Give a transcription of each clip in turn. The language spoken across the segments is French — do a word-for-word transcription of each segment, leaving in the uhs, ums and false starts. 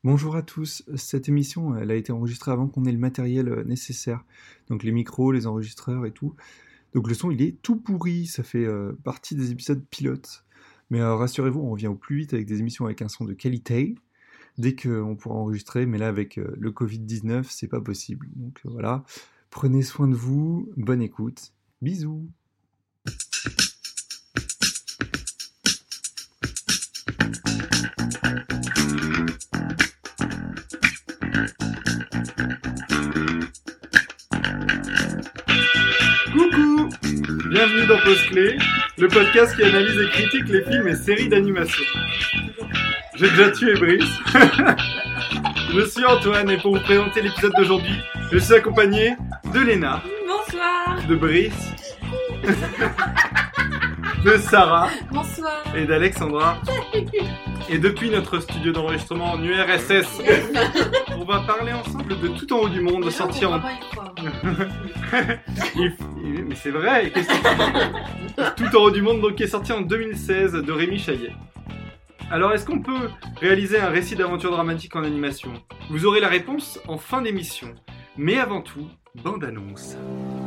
Bonjour à tous, cette émission elle a été enregistrée avant qu'on ait le matériel nécessaire, donc les micros, les enregistreurs et tout. Donc le son il est tout pourri, ça fait euh, partie des épisodes pilotes. Mais euh, rassurez-vous, on revient au plus vite avec des émissions avec un son de qualité, dès qu'on pourra enregistrer, mais là avec euh, le covid dix-neuf, c'est pas possible. Donc euh, voilà, prenez soin de vous, bonne écoute, bisous. Coucou, bienvenue dans Pause Clé, le podcast qui analyse et critique les films et séries d'animation. J'ai déjà tué Brice. Je suis Antoine et pour vous présenter l'épisode d'aujourd'hui, je suis accompagné de Léna. Bonsoir. De Brice. De Sarah. Bonsoir. Et d'Alexandra. Et depuis notre studio d'enregistrement en U R S S, on va parler ensemble de Tout en haut du monde, sorti en... il... Mais c'est vrai, qu'est-ce que... Tout en haut du monde, donc, qui est sorti en deux mille seize de Rémi Chaillet. Alors, est-ce qu'on peut réaliser un récit d'aventure dramatique en animation ? Vous aurez la réponse en fin d'émission. Mais avant tout, bande-annonce.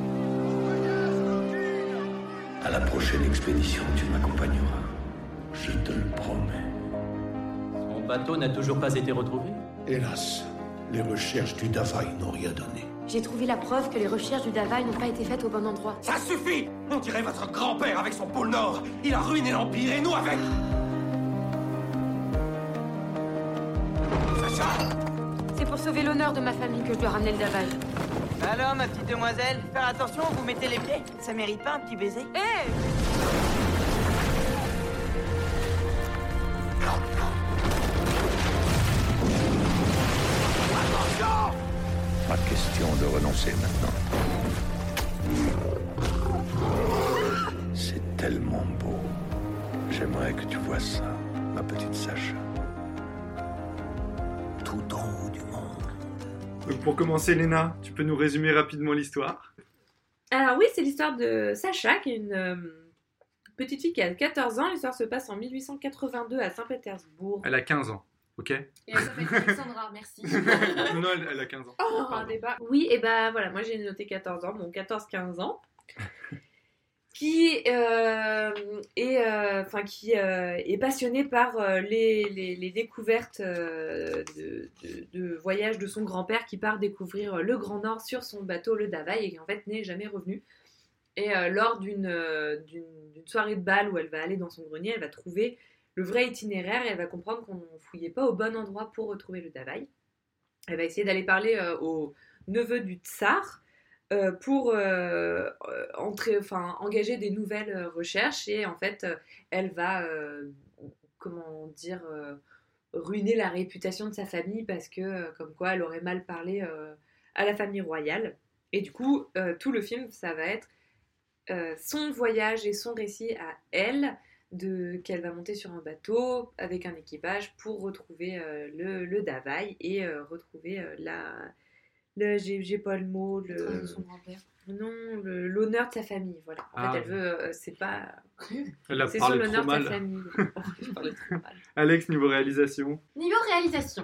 À la prochaine expédition, tu m'accompagneras. Je te le promets. Mon bateau n'a toujours pas été retrouvé ? Hélas, les recherches du Davaï n'ont rien donné. J'ai trouvé la preuve que les recherches du Davaï n'ont pas été faites au bon endroit. Ça suffit! On dirait votre grand-père avec son pôle Nord. Il a ruiné l'Empire et nous avec. Sacha! C'est pour sauver l'honneur de ma famille que je dois ramener le Davaï. Alors, ma petite demoiselle, faire attention, vous mettez les pieds. Ça mérite pas un petit baiser? Hé hey Pas question de renoncer maintenant. C'est tellement beau. J'aimerais que tu vois ça, ma petite Sacha. Tout en haut du monde. Donc pour commencer, Léna, tu peux nous résumer rapidement l'histoire ? Alors oui, c'est l'histoire de Sacha, qui est une euh, petite fille qui a quatorze ans. L'histoire se passe en mille huit cent quatre-vingt-deux à Saint-Pétersbourg. Elle a quinze ans, ok ? Et elle s'appelle Alexandra, merci. Non, non, elle, elle a quinze ans. Oh, un débat. Oui, et ben voilà, moi j'ai noté quatorze ans, donc quatorze quinze ans. qui euh, est, euh, enfin, qui euh, est passionné par euh, les, les, les découvertes euh, de, de, de voyage de son grand-père qui part découvrir le Grand Nord sur son bateau, le Davaï, et qui en fait n'est jamais revenu. Et euh, lors d'une, euh, d'une, d'une soirée de bal où elle va aller dans son grenier, elle va trouver le vrai itinéraire et elle va comprendre qu'on ne fouillait pas au bon endroit pour retrouver le Davaï. Elle va essayer d'aller parler euh, au neveu du tsar euh, pour euh, entrer, enfin, engager des nouvelles euh, recherches et en fait euh, elle va euh, comment dire euh, ruiner la réputation de sa famille parce que euh, comme quoi elle aurait mal parlé euh, à la famille royale et du coup euh, tout le film ça va être euh, son voyage et son récit à elle de, qu'elle va monter sur un bateau avec un équipage pour retrouver euh, le, le Davaï et euh, retrouver euh, la, le, j'ai, j'ai pas le mot, le, de son grand-père. Non, le, l'honneur de sa famille, voilà. En Ah. fait, elle veut, euh, c'est pas, Elle a c'est sur parlé l'honneur trop de sa mal. famille. Oh, je parlais trop mal. Alex, niveau réalisation. Niveau réalisation,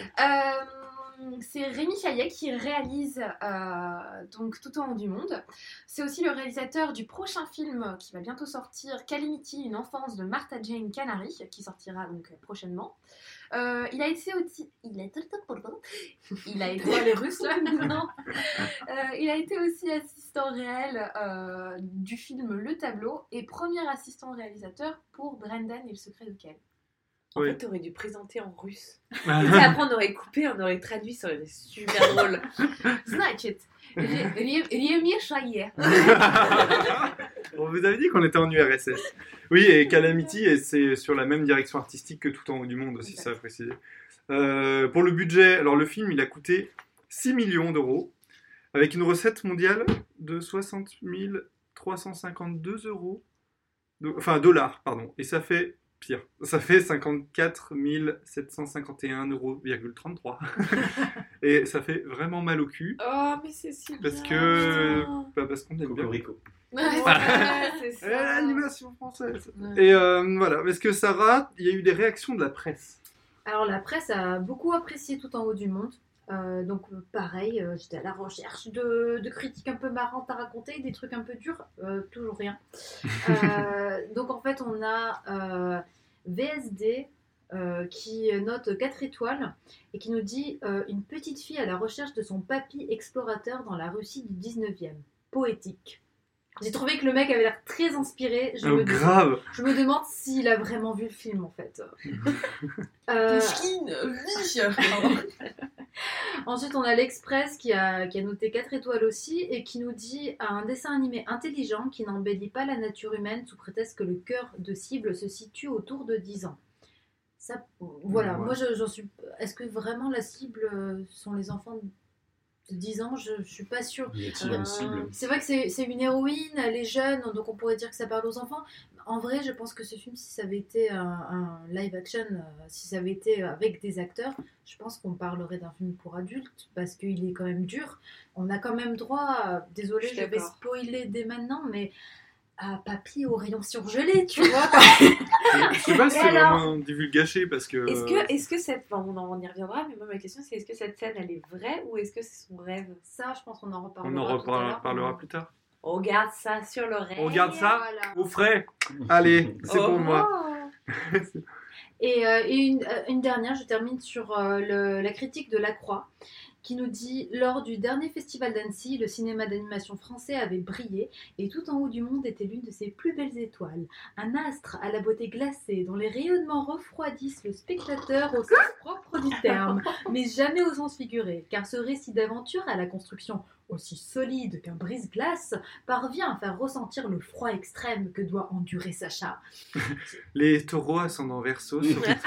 euh, c'est Rémi Chaillet qui réalise euh, donc Tout en haut du monde. C'est aussi le réalisateur du prochain film qui va bientôt sortir, Calamity, une enfance de Martha Jane Canary, qui sortira donc prochainement. Euh, il a été aussi, il a été, il a été les Russes là, non. Euh, il a été aussi assistant réel euh, du film Le Tableau et premier assistant réalisateur pour Brendan et le secret de Kel. En Oui. fait, t'aurais dû présenter en russe. Et tu sais, après, on aurait coupé, on aurait traduit, ça aurait été super drôle. Значит, Rémi Chaillet. On vous avait dit qu'on était en U R S S. Oui, et Calamity, et c'est sur la même direction artistique que Tout en haut du monde aussi, ça a précisé. Euh, pour le budget, alors le film, il a coûté six millions d'euros, avec une recette mondiale de soixante mille trois cent cinquante-deux euros, de, enfin dollars, pardon, et ça fait pire, ça fait cinquante-quatre mille sept cent cinquante et un euros, trente-trois. Et ça fait vraiment mal au cul. Oh, mais c'est si Parce bien. que... Bah, parce qu'on aime bien. Cocorico. Ouais, c'est Et ça. l'animation française. Ouais. Et euh, voilà, parce que Sarah, il y a eu des réactions de la presse. Alors la presse a beaucoup apprécié Tout en haut du monde. Euh, donc pareil, euh, j'étais à la recherche de, de critiques un peu marrantes à raconter, des trucs un peu durs, euh, toujours rien. Euh, donc en fait on a euh, V S D euh, qui note quatre étoiles et qui nous dit euh, une petite fille à la recherche de son papy explorateur dans la Russie du dix-neuvième. Poétique. J'ai trouvé que le mec avait l'air très inspiré. Je, oh, me, grave. demande, je me demande s'il a vraiment vu le film en fait. euh, Pushkin, oui. Ensuite, on a l'Express qui a, qui a noté quatre étoiles aussi et qui nous dit un dessin animé intelligent qui n'embellit pas la nature humaine sous prétexte que le cœur de cible se situe autour de dix ans. Ça, voilà, ouais. Moi je, j'en suis. Est-ce que vraiment la cible euh, sont les enfants de dix ans? Je, je suis pas sûre. Y a-t-il une cible ? C'est vrai que c'est, c'est une héroïne, elle est jeune, donc on pourrait dire que ça parle aux enfants. En vrai, je pense que ce film, si ça avait été un, un live action, euh, si ça avait été avec des acteurs, je pense qu'on parlerait d'un film pour adultes parce qu'il est quand même dur. On a quand même droit, euh, désolé, je, je vais spoiler dès maintenant, mais à papy au rayon surgelé, tu vois. Je sais pas si c'est alors, vraiment divulgaché parce que. Est-ce que, est-ce que cette, enfin, on, en, on y reviendra, mais moi ma question c'est est-ce que cette scène elle est vraie ou est-ce que c'est son rêve? Ça, je pense qu'on en reparlera. On en reparlera, reparlera plus tard. On garde ça sur l'oreille. On garde ça voilà. Au frais. Allez, c'est oh pour moi. et, euh, et une, une dernière, je termine sur euh, le, la critique de La Croix, qui nous dit « Lors du dernier festival d'Annecy, le cinéma d'animation français avait brillé et Tout en haut du monde était l'une de ses plus belles étoiles. Un astre à la beauté glacée dont les rayonnements refroidissent le spectateur au sens propre du terme, mais jamais au sens figuré, car ce récit d'aventure à la construction aussi solide qu'un brise-glace, parvient à faire ressentir le froid extrême que doit endurer Sacha. » Les taureaux ascendant Verseau sur le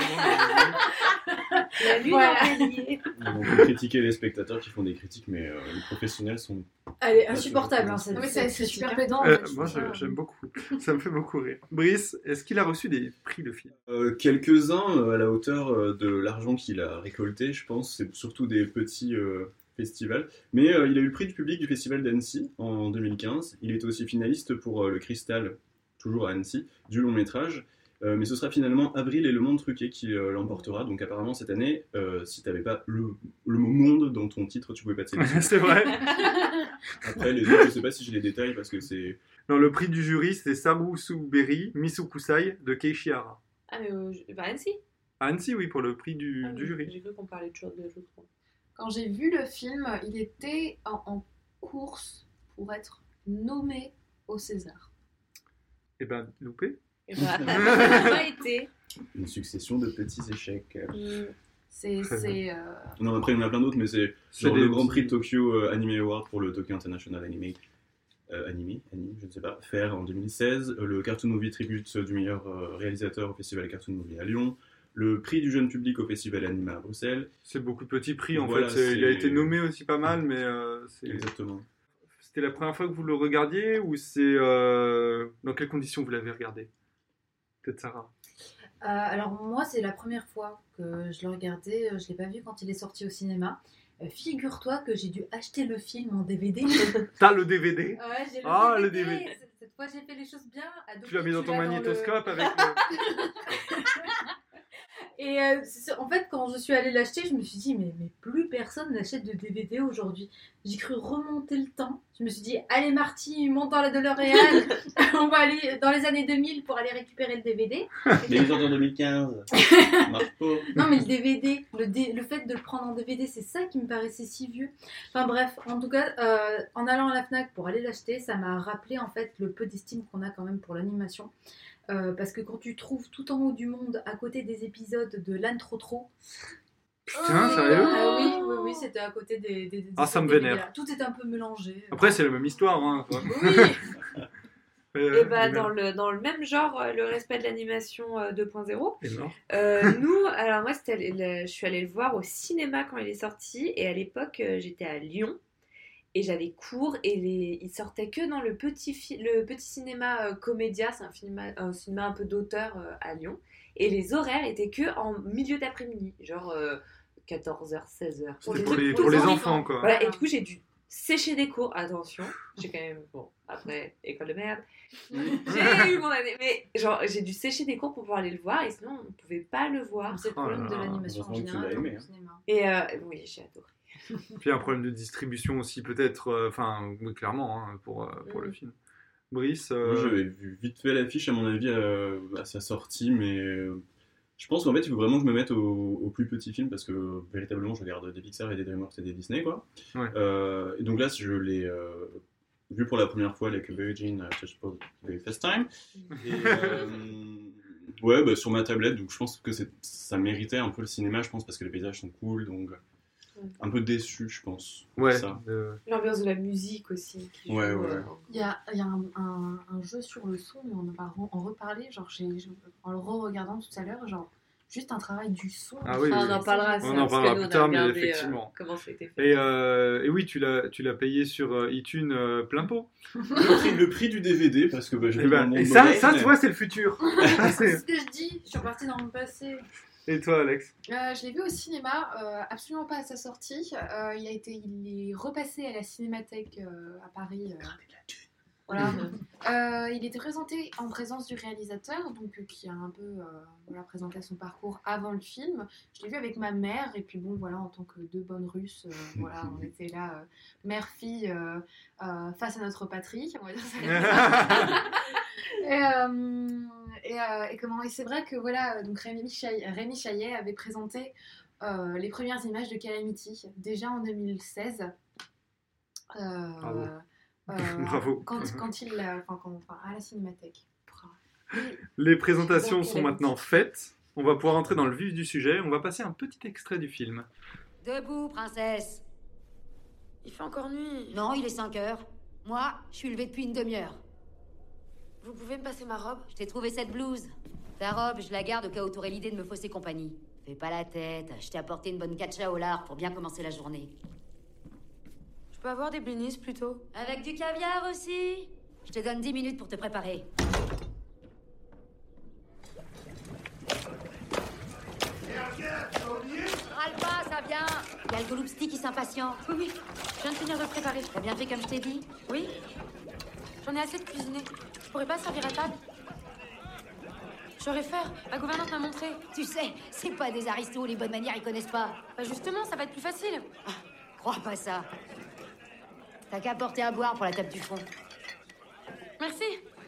La lune voilà. en bélier. On peut critiquer les spectateurs qui font des critiques, mais euh, les professionnels sont... Elle est insupportable, hein, c'est, non, mais c'est, c'est super pédant. Euh, moi, je, j'aime beaucoup. Ça me fait beaucoup rire. Brice, est-ce qu'il a reçu des prix de film euh, Quelques-uns euh, à la hauteur euh, de l'argent qu'il a récolté, je pense. C'est surtout des petits... Euh... festival, mais euh, il a eu le prix du public du festival d'Annecy en deux mille quinze. Il était aussi finaliste pour euh, le Cristal, toujours à Annecy, du long métrage. Euh, mais ce sera finalement Avril et le monde truqué qui euh, l'emportera. Donc apparemment cette année, euh, si t'avais pas le, le mot monde dans ton titre, tu pouvais passer dessus. C'est vrai. Après les autres, je sais pas si j'ai les détails parce que c'est... Non, le prix du jury, c'est Saru Suberi Misukusai de Keiichi Hara. Ah mais euh, bah Annecy. À Annecy, oui, pour le prix du, ah, du jury. J'ai cru qu'on parlait de choses de l'autre. Quand j'ai vu le film, il était en, en course pour être nommé au César. Eh ben, loupé. Eh ben, ça n'a pas été. Une succession de petits échecs. Mm. C'est... c'est euh... Non, après, il y en a plein d'autres, mais c'est, c'est genre le Grand Prix de Tokyo euh, Anime Award pour le Tokyo International Anime. Euh, anime, anime, je ne sais pas. Faire en deux mille seize. Euh, le Cartoon Movie Tribute du meilleur euh, réalisateur au Festival Cartoon Movie à Lyon. Le prix du jeune public au Festival Anima à Bruxelles. C'est beaucoup de petits prix, en voilà, fait. C'est... Il a été nommé aussi pas mal, mais... Euh, c'est... Exactement. C'était la première fois que vous le regardiez, ou c'est... Euh... Dans quelles conditions vous l'avez regardé ? Peut-être Sarah. Euh, alors moi, c'est la première fois que je le regardais. Je ne l'ai pas vu quand il est sorti au cinéma. Euh, figure-toi que j'ai dû acheter le film en D V D. T'as le D V D ? Ouais, j'ai le ah, D V D. Le D V D. Cette fois, j'ai fait les choses bien. Tu l'as mis dans ton magnétoscope le... avec le... Et euh, en fait, quand je suis allée l'acheter, je me suis dit, mais, mais plus personne n'achète de D V D aujourd'hui. J'ai cru remonter le temps. Je me suis dit, allez Marty, monte dans la DeLorean. On va aller dans les années deux mille pour aller récupérer le D V D. Mais ils ont en deux mille quinze. Marche pas. Non, mais le D V D, le, D, le fait de le prendre en D V D, c'est ça qui me paraissait si vieux. Enfin bref, en tout cas, euh, en allant à la Fnac pour aller l'acheter, ça m'a rappelé en fait le peu d'estime qu'on a quand même pour l'animation. Euh, parce que quand tu trouves Tout en haut du monde à côté des épisodes de L'Âne trop trop. Putain, sérieux ? Ah oui, oui, oui, c'était à côté des. des, des ah, ça me vénère. Tout était un peu mélangé. Après, c'est la même histoire, hein. Oui. Euh, et bah, dans le, dans le même genre, le respect de l'animation euh, deux point zéro. Euh, nous, alors moi, c'était, le, je suis allée le voir au cinéma quand il est sorti. Et à l'époque, euh, j'étais à Lyon. Et j'avais cours et les... il sortait que dans le petit, fi... le petit cinéma euh, Comédia, c'est un, film... un cinéma un peu d'auteur euh, à Lyon. Et les horaires étaient que en milieu d'après-midi, genre euh, quatorze heures, seize heures. Pour, pour les, pour les enfants, quoi. Voilà, et du coup, j'ai dû séché des cours. Attention, j'ai quand même, bon, après, école de merde, j'ai eu mon année, mais genre, j'ai dû sécher des cours pour pouvoir aller le voir, et sinon, on ne pouvait pas le voir. C'est le problème oh de l'animation en général dans le cinéma. Et euh, oui, j'ai adoré. Puis un problème de distribution aussi, peut-être, enfin, euh, oui, clairement, hein, pour, euh, pour mm. le film. Brice euh... Moi, j'avais vu vite fait l'affiche, à mon avis, euh, à sa sortie, mais euh, je pense qu'en fait, il faut vraiment que je me mette au, au plus petit film, parce que véritablement, je regarde des Pixar et des DreamWorks et des Disney, quoi. Ouais. Euh, et donc là, je l'ai euh, vu pour la première fois, like a Virgin uh, Touch for the very first time. Et, euh, ouais, bah, sur ma tablette, donc je pense que c'est, ça méritait un peu le cinéma, je pense, parce que les paysages sont cool, donc... Un peu déçu, je pense. Ouais. Ça. Euh... L'ambiance de la musique aussi. Qui ouais, joue, ouais. Euh... Il y a, il y a un, un, un jeu sur le son, mais on va en reparler. Genre, j'ai, en le re-regardant tout à l'heure, genre, juste un travail du son. Ah oui, enfin, oui, on en parlera. On en parlera plus tard, mais regardé, effectivement. Euh, comment ça a été fait. Et, euh, et oui, tu l'as, tu l'as payé sur euh, iTunes euh, plein pot. le, prix, le prix du D V D, parce que bah, j'ai et, bah, et ça, ça, tu vois, c'est le futur. C'est ce que je dis. Je suis repartie dans le passé. Et toi, Alex? euh, Je l'ai vu au cinéma, euh, absolument pas à sa sortie. Euh, il, a été, il est repassé à la Cinémathèque euh, à Paris. Euh, voilà. euh, il était présenté en présence du réalisateur, donc euh, qui a un peu euh, voilà, présenté son parcours avant le film. Je l'ai vu avec ma mère, et puis bon, voilà, en tant que deux bonnes Russes, euh, voilà, on était là, euh, mère-fille, euh, euh, face à notre patrie, on va dire ça. Et, euh, et, euh, et, comment, et c'est vrai que voilà, donc Rémi Chaillet, Rémi Chaillet avait présenté euh, les premières images de Calamity déjà en deux mille seize. Euh, Bravo. Euh, Bravo. Quand, quand il, enfin, quand, enfin, à la Cinémathèque. Et les présentations sont maintenant faites. On va pouvoir entrer dans le vif du sujet. On va passer un petit extrait du film. Debout, princesse. Il fait encore nuit. Non, il est cinq heures. Moi, je suis levée depuis une demi-heure. Vous pouvez me passer ma robe? Je t'ai trouvé cette blouse. Ta robe, je la garde au cas où t'aurais l'idée de me fausser compagnie. Fais pas la tête, je t'ai apporté une bonne catcha au lard pour bien commencer la journée. Je peux avoir des blinis plutôt? Avec du caviar aussi? Je te donne dix minutes pour te préparer. Râle pas, ça vient. Il y a le Golubski qui s'impatiente. Oui, oui, je viens de finir de le préparer. T'as bien fait comme je t'ai dit? Oui. J'en ai assez de cuisiner. Je pourrais pas servir à table? Je saurais faire. Ma gouvernante m'a montré. Tu sais, c'est pas des aristos, les bonnes manières, ils connaissent pas. Bah justement, ça va être plus facile. Ah, crois pas ça. T'as qu'à porter à boire pour la table du fond. Merci.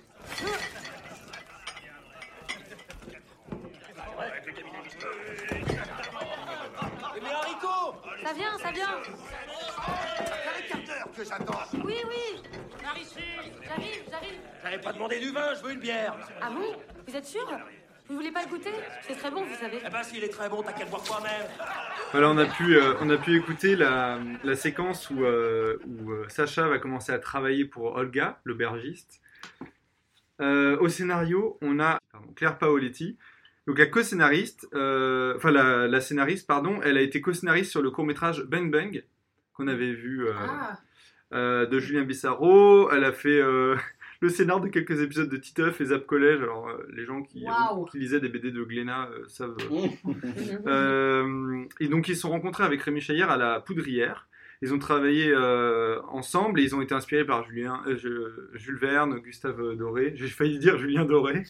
Mais haricots! Ça vient, ça vient. Ça fait un quart d'heure que j'attends. Oui, oui. Par ici. J'arrive, j'arrive. J'avais pas demandé du vin, je veux une bière. Ah bon? Vous êtes sûr? Vous voulez pas le goûter? C'est très bon, vous savez. Eh ben, s'il est très bon, t'as qu'à le boire toi-même. Voilà, on a pu, euh, on a pu écouter la, la séquence où, euh, où euh, Sacha va commencer à travailler pour Olga, l'aubergiste. Euh, au scénario, on a pardon, Claire Paoletti, donc la co-scénariste, euh, enfin la, la scénariste, pardon, elle a été co-scénariste sur le court-métrage Bang Bang, qu'on avait vu euh, Ah. euh, de Julien Bissaro. Elle a fait euh, le scénar de quelques épisodes de Titeuf et Zap Collège. Alors, euh, les gens qui, Wow. qui lisaient des B D de Glénat euh, savent. Euh, et donc, ils se sont rencontrés avec Rémi Chaillet à la Poudrière. Ils ont travaillé euh, ensemble et ils ont été inspirés par Julien, euh, je- Jules Verne, Gustave Doré. J'ai failli dire Julien Doré.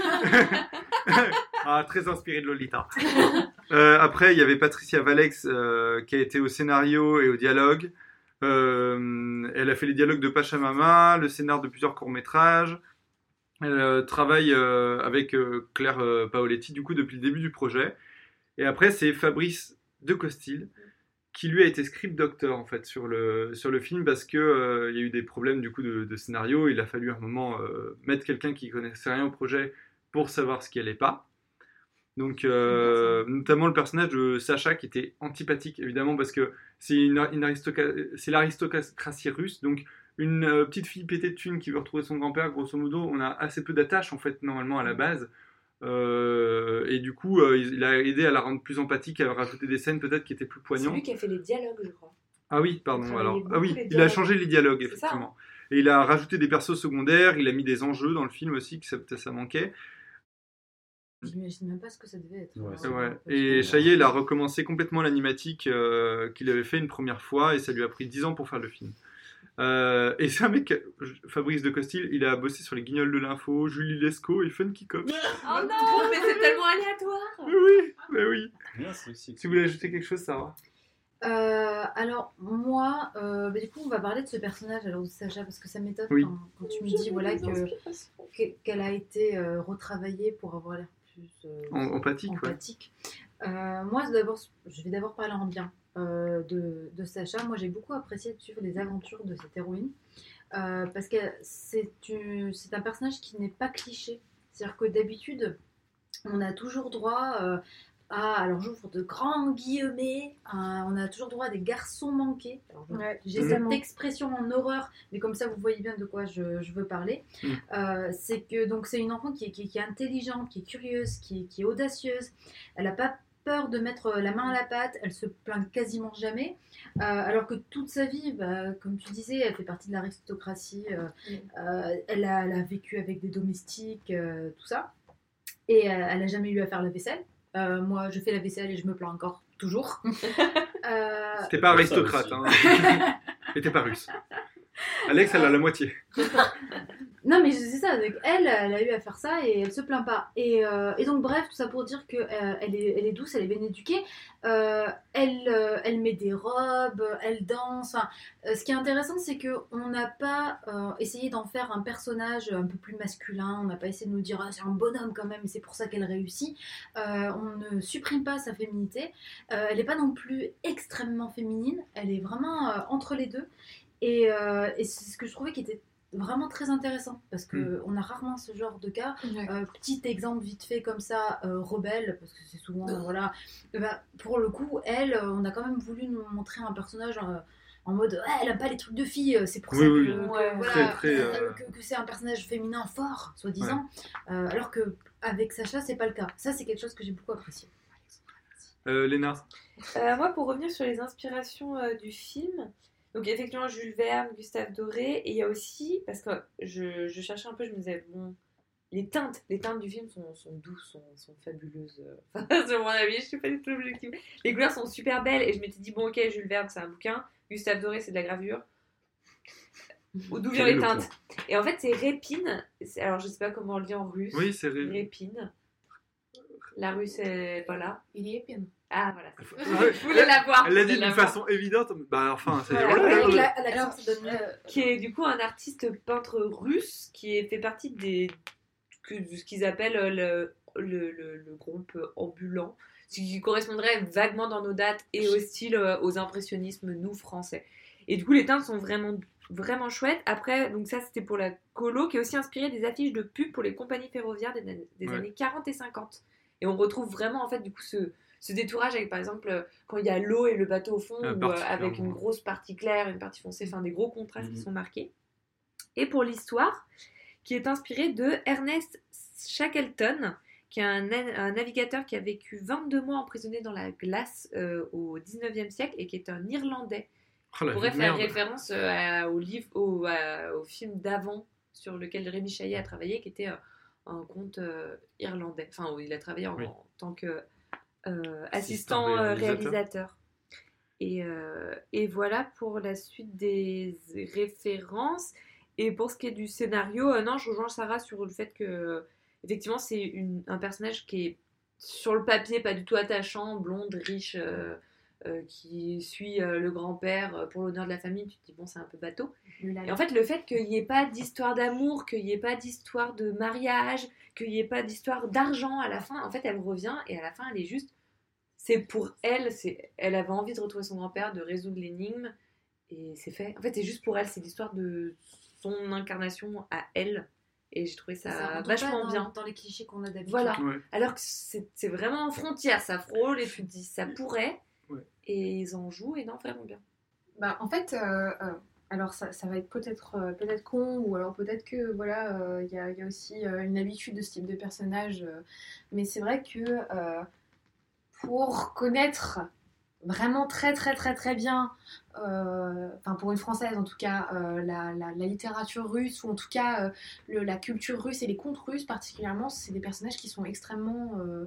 Ah, très inspiré de Lolita. Euh, après, il y avait Patricia Valex euh, qui a été au scénario et au dialogue. Euh, elle a fait les dialogues de Pachamama, le scénar de plusieurs courts-métrages. Elle euh, travaille euh, avec euh, Claire euh, Paoletti du coup depuis le début du projet. Et après, c'est Fabrice de Costil qui lui a été script doctor en fait sur le, sur le film parce qu'il euh, y a eu des problèmes du coup de, de scénario. Il a fallu à un moment euh, mettre quelqu'un qui connaissait rien au projet pour savoir ce qui allait pas. Donc, euh, notamment le personnage de Sacha qui était antipathique évidemment parce que c'est, une, une aristoca- c'est l'aristocratie russe. Donc, une euh, petite fille pétée de thunes qui veut retrouver son grand-père, grosso modo, on a assez peu d'attaches en fait normalement à la base. Euh, et du coup, euh, il a aidé à la rendre plus empathique, à rajouter des scènes peut-être qui étaient plus C'est poignantes. lui qui a fait les dialogues, je crois. Ah oui, pardon. Il a Alors, travaillé ah oui, beaucoup les il a dialogues. changé les dialogues C'est ça, effectivement. Et il a rajouté des persos secondaires, il a mis des enjeux dans le film aussi, que ça, peut-être ça manquait. J'imagine même pas ce que ça devait être. Ouais, c'est ouais. Et Chaillet, il a recommencé complètement l'animatique euh, qu'il avait fait une première fois et ça lui a pris dix ans pour faire le film. Euh, et c'est un mec, Fabrice de Costil, il a bossé sur les Guignols de l'info, Julie Lescaut et Funky Cops. Oh non, mais c'est tellement aléatoire. Oui, oui, mais oui. Bien, c'est aussi... Si vous voulez ajouter quelque chose, Sarah. Euh, alors moi, euh, bah, du coup, on va parler de ce personnage alors de Sacha parce que ça m'étonne oui. quand, quand tu me dis voilà que qu'elle a été euh, retravaillée pour avoir l'air plus euh, en, empathique. empathique. Ouais. Euh, moi, d'abord, je vais d'abord parler en bien euh, de, de Sacha. Moi, j'ai beaucoup apprécié de suivre les aventures de cette héroïne euh, parce que c'est une, c'est un personnage qui n'est pas cliché. C'est-à-dire que d'habitude, on a toujours droit euh, Ah, alors j'ouvre de grands guillemets, euh, on a toujours droit à des garçons manqués. Alors, je, ouais, j'ai cette expression en horreur, mais comme ça vous voyez bien de quoi je, je veux parler. Mmh. Euh, c'est que donc c'est une enfant qui est, qui, qui est intelligente, qui est curieuse, qui, qui est audacieuse. Elle n'a pas peur de mettre la main à la pâte, elle se plaint quasiment jamais. Euh, alors que toute sa vie, bah, comme tu disais, elle fait partie de l'aristocratie. Euh, mmh. euh, elle, a, elle a vécu avec des domestiques, euh, tout ça. Et euh, elle n'a jamais eu à faire la vaisselle. Euh, moi, je fais la vaisselle et je me plains encore, toujours. euh... T'es pas aristocrate, hein. Et t'es pas russe. Alex, elle a la moitié. Non, mais c'est ça, donc elle, elle a eu à faire ça et elle se plaint pas. Et, euh, et donc, bref, tout ça pour dire qu'elle euh, est, elle est douce, elle est bien éduquée. Euh, elle, euh, elle met des robes, elle danse. Enfin, euh, ce qui est intéressant, c'est qu'on n'a pas euh, essayé d'en faire un personnage un peu plus masculin. On n'a pas essayé de nous dire ah, c'est un bonhomme quand même, et c'est pour ça qu'elle réussit. Euh, on ne supprime pas sa féminité. Euh, elle n'est pas non plus extrêmement féminine. Elle est vraiment euh, entre les deux. Et, euh, et c'est ce que je trouvais qui était vraiment très intéressant parce que mmh. on a rarement ce genre de cas. Ouais. Euh, petit exemple vite fait comme ça, euh, rebelle parce que c'est souvent euh, voilà. Euh, bah, pour le coup, elle, euh, on a quand même voulu nous montrer un personnage euh, en mode ah, elle aime pas les trucs de filles, c'est pour oui, ça oui, que, oui. que, voilà, très, très, euh... que, que c'est un personnage féminin fort, soi-disant. Ouais. Euh, alors que avec Sacha, c'est pas le cas. Ça, c'est quelque chose que j'ai beaucoup apprécié. Euh, Léna. Euh, moi, pour revenir sur les inspirations euh, du film. Donc effectivement Jules Verne, Gustave Doré, et il y a aussi, parce que je, je cherchais un peu, je me disais, bon, les teintes, les teintes du film sont, sont douces, sont, sont fabuleuses, enfin, c'est mon avis, je suis pas du tout objective. Les couleurs sont super belles, et je m'étais dit, bon ok, Jules Verne c'est un bouquin, Gustave Doré c'est de la gravure, d'où viennent les teintes. Et en fait c'est Répine, c'est, alors je sais pas comment on le dit en russe, oui, c'est Ré... Répine, la russe est pas là. Il est épine. Ah voilà, je voulais la voir. Elle l'a dit d'une façon évidente, bah enfin, c'est voilà, voilà, ouais, la, la, la, Alors, euh, qui est du coup un artiste peintre russe qui est, fait partie des, que, de ce qu'ils appellent le, le, le, le groupe ambulant, ce qui correspondrait vaguement dans nos dates et au style aux impressionnismes nous français. Et du coup les teintes sont vraiment vraiment chouettes. Après, donc ça c'était pour la colo, qui est aussi inspiré des affiches de pub pour les compagnies ferroviaires des, des ouais. années quarante et cinquante. Et on retrouve vraiment en fait du coup ce ce détourage avec par exemple quand il y a l'eau et le bateau au fond ou, euh, avec une grosse partie claire, une partie foncée, enfin des gros contrastes mmh. qui sont marqués. Et pour l'histoire, qui est inspirée de Ernest Shackleton, qui est un, un navigateur qui a vécu vingt-deux mois emprisonné dans la glace euh, au dix-neuvième siècle et qui est un Irlandais. Oh, on pourrait faire référence euh, à, au, livre, au, à, au film d'avant sur lequel Rémi Chaillet a travaillé, qui était euh, un conte euh, irlandais. Enfin, où il a travaillé en, oui. en tant que Euh, assistant euh, réalisateur. Et, euh, et voilà pour la suite des références. Et pour ce qui est du scénario, euh, non, je rejoins Sarah sur le fait que, effectivement, c'est une, un personnage qui est sur le papier pas du tout attachant, blonde, riche, euh, euh, qui suit euh, le grand-père pour l'honneur de la famille. Tu te dis, bon, c'est un peu bateau. Et en fait, le fait qu'il n'y ait pas d'histoire d'amour, qu'il n'y ait pas d'histoire de mariage, qu'il n'y ait pas d'histoire d'argent à la fin, en fait, elle revient et à la fin, elle est juste... C'est pour elle, c'est, elle avait envie de retrouver son grand-père, de résoudre l'énigme, et c'est fait. En fait, c'est juste pour elle, c'est l'histoire de son incarnation à elle, et j'ai trouvé ça, ça vachement dans, bien. Dans les clichés qu'on a d'habitude. Voilà, ouais. Alors que c'est, c'est vraiment en frontière, ça frôle, et tu te dis, ça pourrait, ouais. Et ils en jouent, et non, vraiment bien. Bah, en fait... Euh, euh... Alors ça, ça va être peut-être, euh, peut-être con, ou alors peut-être que voilà, il euh, y, y a aussi euh, une habitude de ce type de personnage, euh, mais c'est vrai que euh, pour connaître vraiment très très très très bien, euh, enfin pour une française en tout cas, euh, la, la, la littérature russe ou en tout cas euh, le, la culture russe et les contes russes particulièrement, c'est des personnages qui sont extrêmement euh,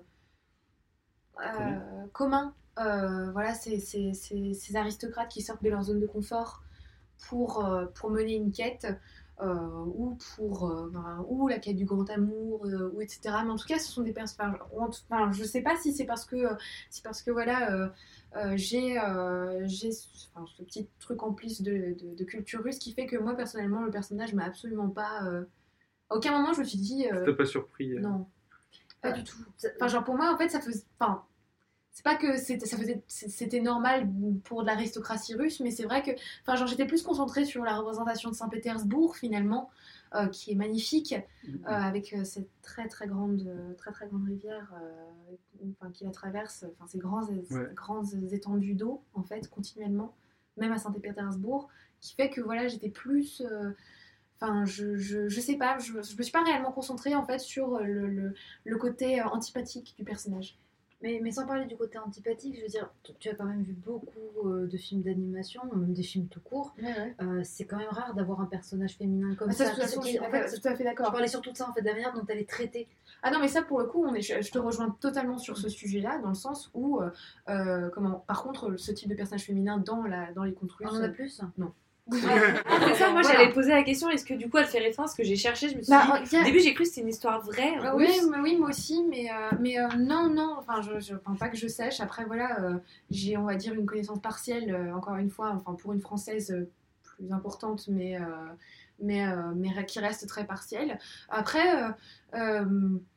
euh, communs. Euh, voilà, c'est, c'est, c'est, ces aristocrates qui sortent de leur zone de confort pour, euh, pour mener une quête. Euh, ou pour euh, ben, ou la quête du grand amour euh, ou etc, mais en tout cas ce sont des personnes, enfin je sais pas si c'est parce que euh, c'est parce que voilà euh, euh, j'ai euh, j'ai enfin, ce petit truc en plus de, de, de culture russe qui fait que moi personnellement le personnage m'a absolument pas euh, à aucun moment je me suis dit euh, t'as pas surpris euh... non pas du tout, enfin genre pour moi en fait ça faisait, enfin c'est pas que c'était, ça faisait, c'était normal pour de l'aristocratie russe, mais c'est vrai que enfin, genre, j'étais plus concentrée sur la représentation de Saint-Pétersbourg, finalement, euh, qui est magnifique, euh, avec euh, cette très très grande, très, très grande rivière euh, enfin, qui la traverse, enfin, ces grands, ouais. grandes étendues d'eau, en fait, continuellement, même à Saint-Pétersbourg, qui fait que voilà, j'étais plus... Euh, Enfin, je, je, je sais pas, je, je me suis pas réellement concentrée, en fait, sur le, le, le côté antipathique du personnage. Mais, mais sans parler du côté antipathique, je veux dire, tu as quand même vu beaucoup euh, de films d'animation, même des films tout court. Ouais, ouais. Euh, c'est quand même rare d'avoir un personnage féminin comme ah, ça. ça. ça, qui, en fait, tout à fait d'accord. Je parlais surtout de ça, en fait, de la manière dont elle est traitée. Ah non, mais ça, pour le coup, on est, je, je te rejoins totalement sur ce sujet-là, dans le sens où, euh, euh, comment, par contre, ce type de personnage féminin dans, la, dans les contes russes... On en a plus ? Non. Ouais. C'est ça, moi voilà. J'allais poser la question, est-ce que du coup elle fait référence, que j'ai cherché, je me suis bah, dit, a... au début j'ai cru que c'était une histoire vraie. Euh, oui, mais, oui, moi aussi, mais, euh, mais euh, non, non, enfin je, je pense pas que je sache. Après voilà, euh, j'ai on va dire une connaissance partielle, euh, encore une fois, enfin pour une française euh, plus importante, mais, euh, mais, euh, mais qui reste très partielle. Après, euh, euh,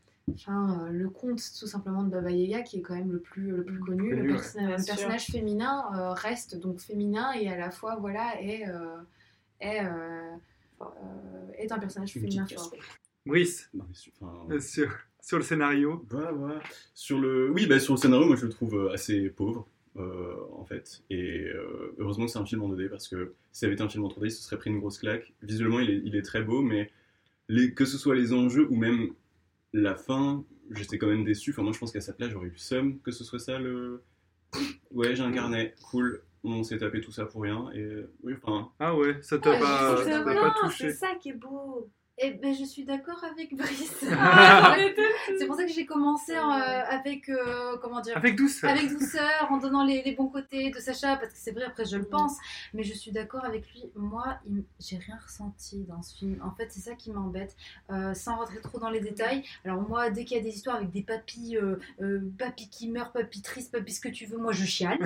enfin, euh, le conte tout simplement de Baba Yaga qui est quand même le plus, le plus connu, connu le, perso- ouais, le personnage féminin euh, reste donc féminin et à la fois voilà est, euh, est, euh, euh, est un personnage féminin fort. Brice, non, enfin, euh, sur, sur le scénario voilà, voilà. Sur le... Oui, bah, sur le scénario, moi je le trouve assez pauvre. Euh, en fait, et euh, heureusement que c'est un film en deux D parce que si ça avait été un film en trois D, ce serait pris une grosse claque. Visuellement, il est, il est très beau, mais les, que ce soit les enjeux ou même la fin, j'étais quand même déçu. Enfin, moi, je pense qu'à sa place, j'aurais eu le seum que ce soit ça le. Ouais, j'ai un carnet, cool. On s'est tapé tout ça pour rien. Et oui, enfin. Ah ouais, ça t'a ouais, pas, ça t'a non, pas touché. C'est ça qui est beau. Eh ben, je suis d'accord avec Brice. Ah, c'est pour ça que j'ai commencé euh, avec, euh, comment dire, avec douceur, avec douceur, en donnant les, les bons côtés de Sacha, parce que c'est vrai, après je le pense, mais je suis d'accord avec lui. Moi, il, j'ai rien ressenti dans ce film. En fait, c'est ça qui m'embête, euh, sans rentrer trop dans les détails. Alors moi, dès qu'il y a des histoires avec des papis, euh, euh, papis qui meurent, papis tristes, papis ce que tu veux, moi je chiale.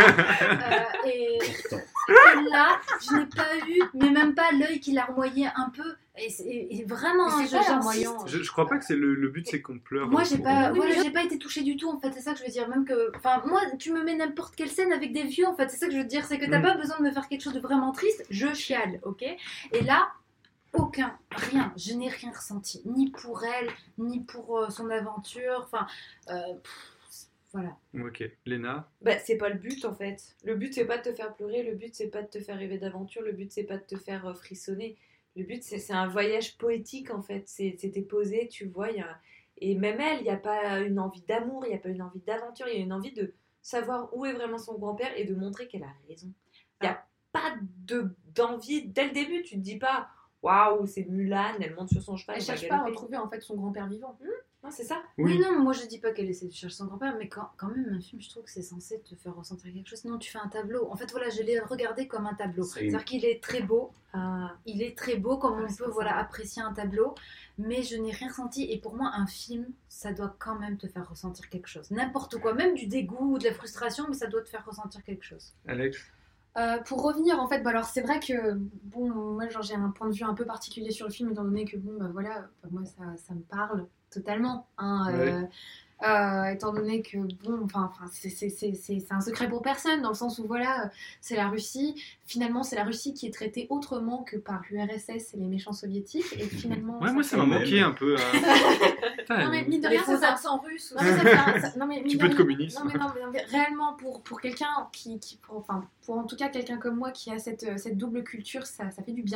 euh, et, et là, je n'ai pas eu, mais même pas l'œil qui larmoyait un peu. Et, c'est, et vraiment, c'est je, j'insiste. Je, je crois pas que c'est le, le but, c'est qu'on pleure. Moi, j'ai pas, oui, voilà, j'ai pas été touchée du tout, en fait. C'est ça que je veux dire. Même que, enfin, moi, tu me mets n'importe quelle scène avec des vieux, en fait. C'est ça que je veux dire. C'est que t'as mm. pas besoin de me faire quelque chose de vraiment triste. Je chiale, ok. Et là, aucun, rien. Je n'ai rien ressenti, ni pour elle, ni pour euh, son aventure. Enfin, euh, pff, voilà. Ok, Léna. Bah, c'est pas le but, en fait. Le but, c'est pas de te faire pleurer. Le but, c'est pas de te faire rêver d'aventure. Le but, c'est pas de te faire euh, frissonner. Le but, c'est, c'est un voyage poétique, en fait. C'est, c'était posé, tu vois. Y a... Et même elle, il n'y a pas une envie d'amour, il n'y a pas une envie d'aventure, il y a une envie de savoir où est vraiment son grand-père et de montrer qu'elle a raison. Il n'y a pas de, d'envie. Dès le début, tu ne te dis pas « Waouh, c'est Mulan, elle monte sur son cheval. » Elle ne cherche pas à retrouver, en fait, son grand-père vivant. Mmh. Non, c'est ça. Oui. oui, non, moi je dis pas qu'elle essaie de chercher son grand-père, mais quand, quand même, un film, je trouve que c'est censé te faire ressentir quelque chose. Sinon, tu fais un tableau. En fait, voilà, je l'ai regardé comme un tableau. C'est C'est-à-dire une... qu'il est très beau. Ah. Il est très beau, comme ah, on peut voilà, apprécier un tableau, mais je n'ai rien ressenti. Et pour moi, un film, ça doit quand même te faire ressentir quelque chose. N'importe quoi, même du dégoût ou de la frustration, mais ça doit te faire ressentir quelque chose. Alex ? Euh, pour revenir en fait, bah alors c'est vrai que bon, moi genre, j'ai un point de vue un peu particulier sur le film étant donné que bon bah voilà, bah, moi ça, ça me parle totalement, hein, ouais. euh, euh, étant donné que bon, enfin, enfin c'est, c'est, c'est, c'est, c'est un secret pour personne dans le sens où voilà, c'est la Russie, finalement c'est la Russie qui est traitée autrement que par l'U R S S et les méchants soviétiques et finalement. Ouais, ça moi ça m'a manqué un peu. Euh... non mais mine de rien, faux ça accent russe. Non, mais ça fait un, ça, non, mais, un petit peu de communisme. Non mais, non, mais, non, mais réellement pour pour quelqu'un qui qui pour, enfin pour en tout cas quelqu'un comme moi qui a cette cette double culture, ça ça fait du bien.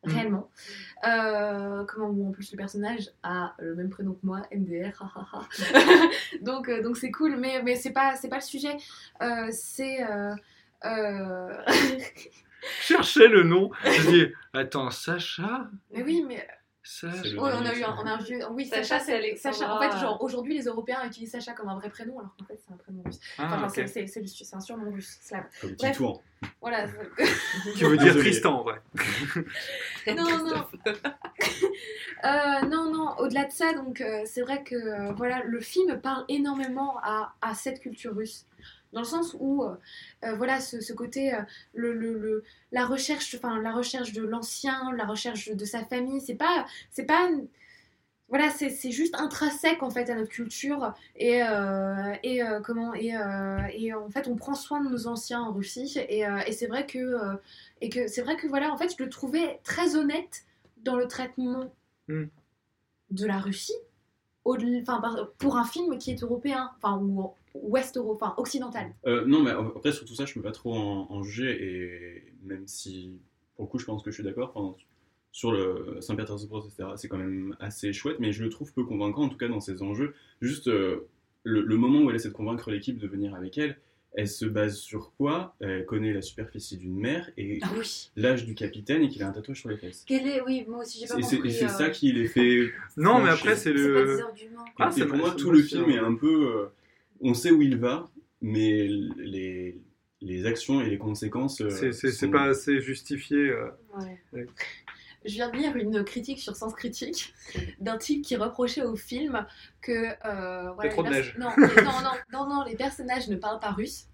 réellement. Euh, comment bon, en plus le personnage a le même prénom que moi, M D R, hahaha. donc euh, donc c'est cool, mais mais c'est pas c'est pas le sujet. Euh, c'est euh, euh... cherchais le nom. Je dis attends Sacha. Mais oui mais. Sacha. Oui, on a eu un, on a un vieux. Oui, Sacha, Sacha, c'est c'est Alexandra. Sacha. En fait, genre aujourd'hui, les Européens utilisent Sacha comme un vrai prénom, alors qu'en fait, c'est un prénom russe. Ah, enfin, genre, okay. c'est, c'est, c'est, c'est un surnom russe, slave. Comme Bref, Titouan. Voilà. Tu veux dire Tristan, en vrai. non, non. euh, non, non. Au-delà de ça, donc, euh, c'est vrai que euh, voilà, le film parle énormément à, à cette culture russe. Dans le sens où, euh, euh, voilà, ce, ce côté, euh, le, le, le, la recherche, enfin, la recherche de l'ancien, la recherche de, de sa famille, c'est pas, c'est pas, voilà, c'est, c'est juste intrinsèque en fait à notre culture et euh, et euh, comment et euh, et en fait on prend soin de nos anciens en Russie et euh, et c'est vrai que euh, et que c'est vrai que voilà, en fait, je le trouvais très honnête dans le traitement mm. de la Russie, au, enfin, pour un film qui est européen, enfin ou ouest euro, enfin occidental. Euh, non, mais après, sur tout ça, je ne peux pas trop en, en juger, et même si, pour le coup, je pense que je suis d'accord, enfin, sur le Saint-Pétersbourg, et cetera, c'est quand même assez chouette, mais je le trouve peu convaincant, en tout cas dans ses enjeux. Juste, euh, le, le moment où elle essaie de convaincre l'équipe de venir avec elle, elle se base sur quoi? Elle connaît la superficie d'une mer et ah, oui. l'âge du capitaine et qu'il a un tatouage sur les fesses. Quel est... Oui, moi aussi, j'ai pas et compris. C'est, et c'est euh... ça qui les fait... Non, mais après, c'est le... C'est pas des arguments. Ah, et pour moi, tout le film est un peu... Euh, on sait où il va, mais les, les actions et les conséquences... Euh, c'est, c'est, sont... c'est pas assez justifié. Euh... Ouais. Ouais. Je viens de lire une critique sur Sens Critique d'un type qui reprochait au film que... Euh, voilà, il y a trop de pers- neige. Non, les, non, non, non, non, les personnages ne parlent pas russe.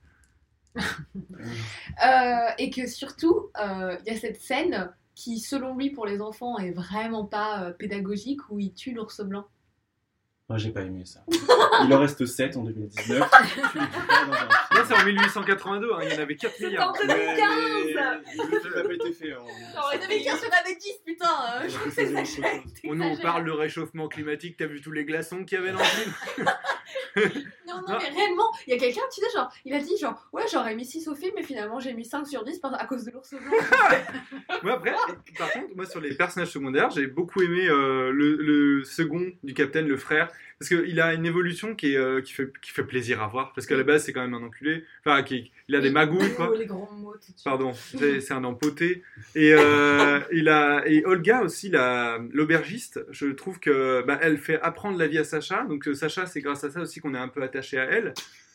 euh, et que surtout, il euh, y a cette scène qui, selon lui, pour les enfants, est vraiment pas euh, pédagogique, où il tue l'ours blanc. Moi, j'ai pas aimé ça. Il en reste sept en deux mille dix-neuf. Là, c'est en mille huit cent quatre-vingt-deux, hein, il y en avait quatre milliards. C'était en deux mille quinze. Mais le film n'a pas été fait. Hein. En deux mille quinze, il y en avait dix, putain. Euh, je trouve que c'est exagéré. On nous parle de réchauffement climatique, t'as vu tous les glaçons qu'il y avait dans le film? Non, non, mais réellement, il y a quelqu'un, tu sais, genre, il a dit, genre, ouais, j'aurais mis six au film, mais finalement, j'ai mis cinq sur dix à cause de l'ours blanc. Moi, après, par contre, moi, sur les personnages secondaires, j'ai beaucoup aimé euh, le, le second du capitaine, le frère, parce qu'il a une évolution qui, est, euh, qui, fait, qui fait plaisir à voir, parce qu'à la base, c'est quand même un enculé, enfin, qui, il a des magouilles, quoi. Les grands mots, tout de suite. Pardon, c'est, c'est un empoté. Et, euh, il a, et Olga aussi, la, l'aubergiste, je trouve que bah, elle fait apprendre la vie à Sacha, donc euh, Sacha, c'est grâce à ça aussi qu'on est un peu attaché à elle.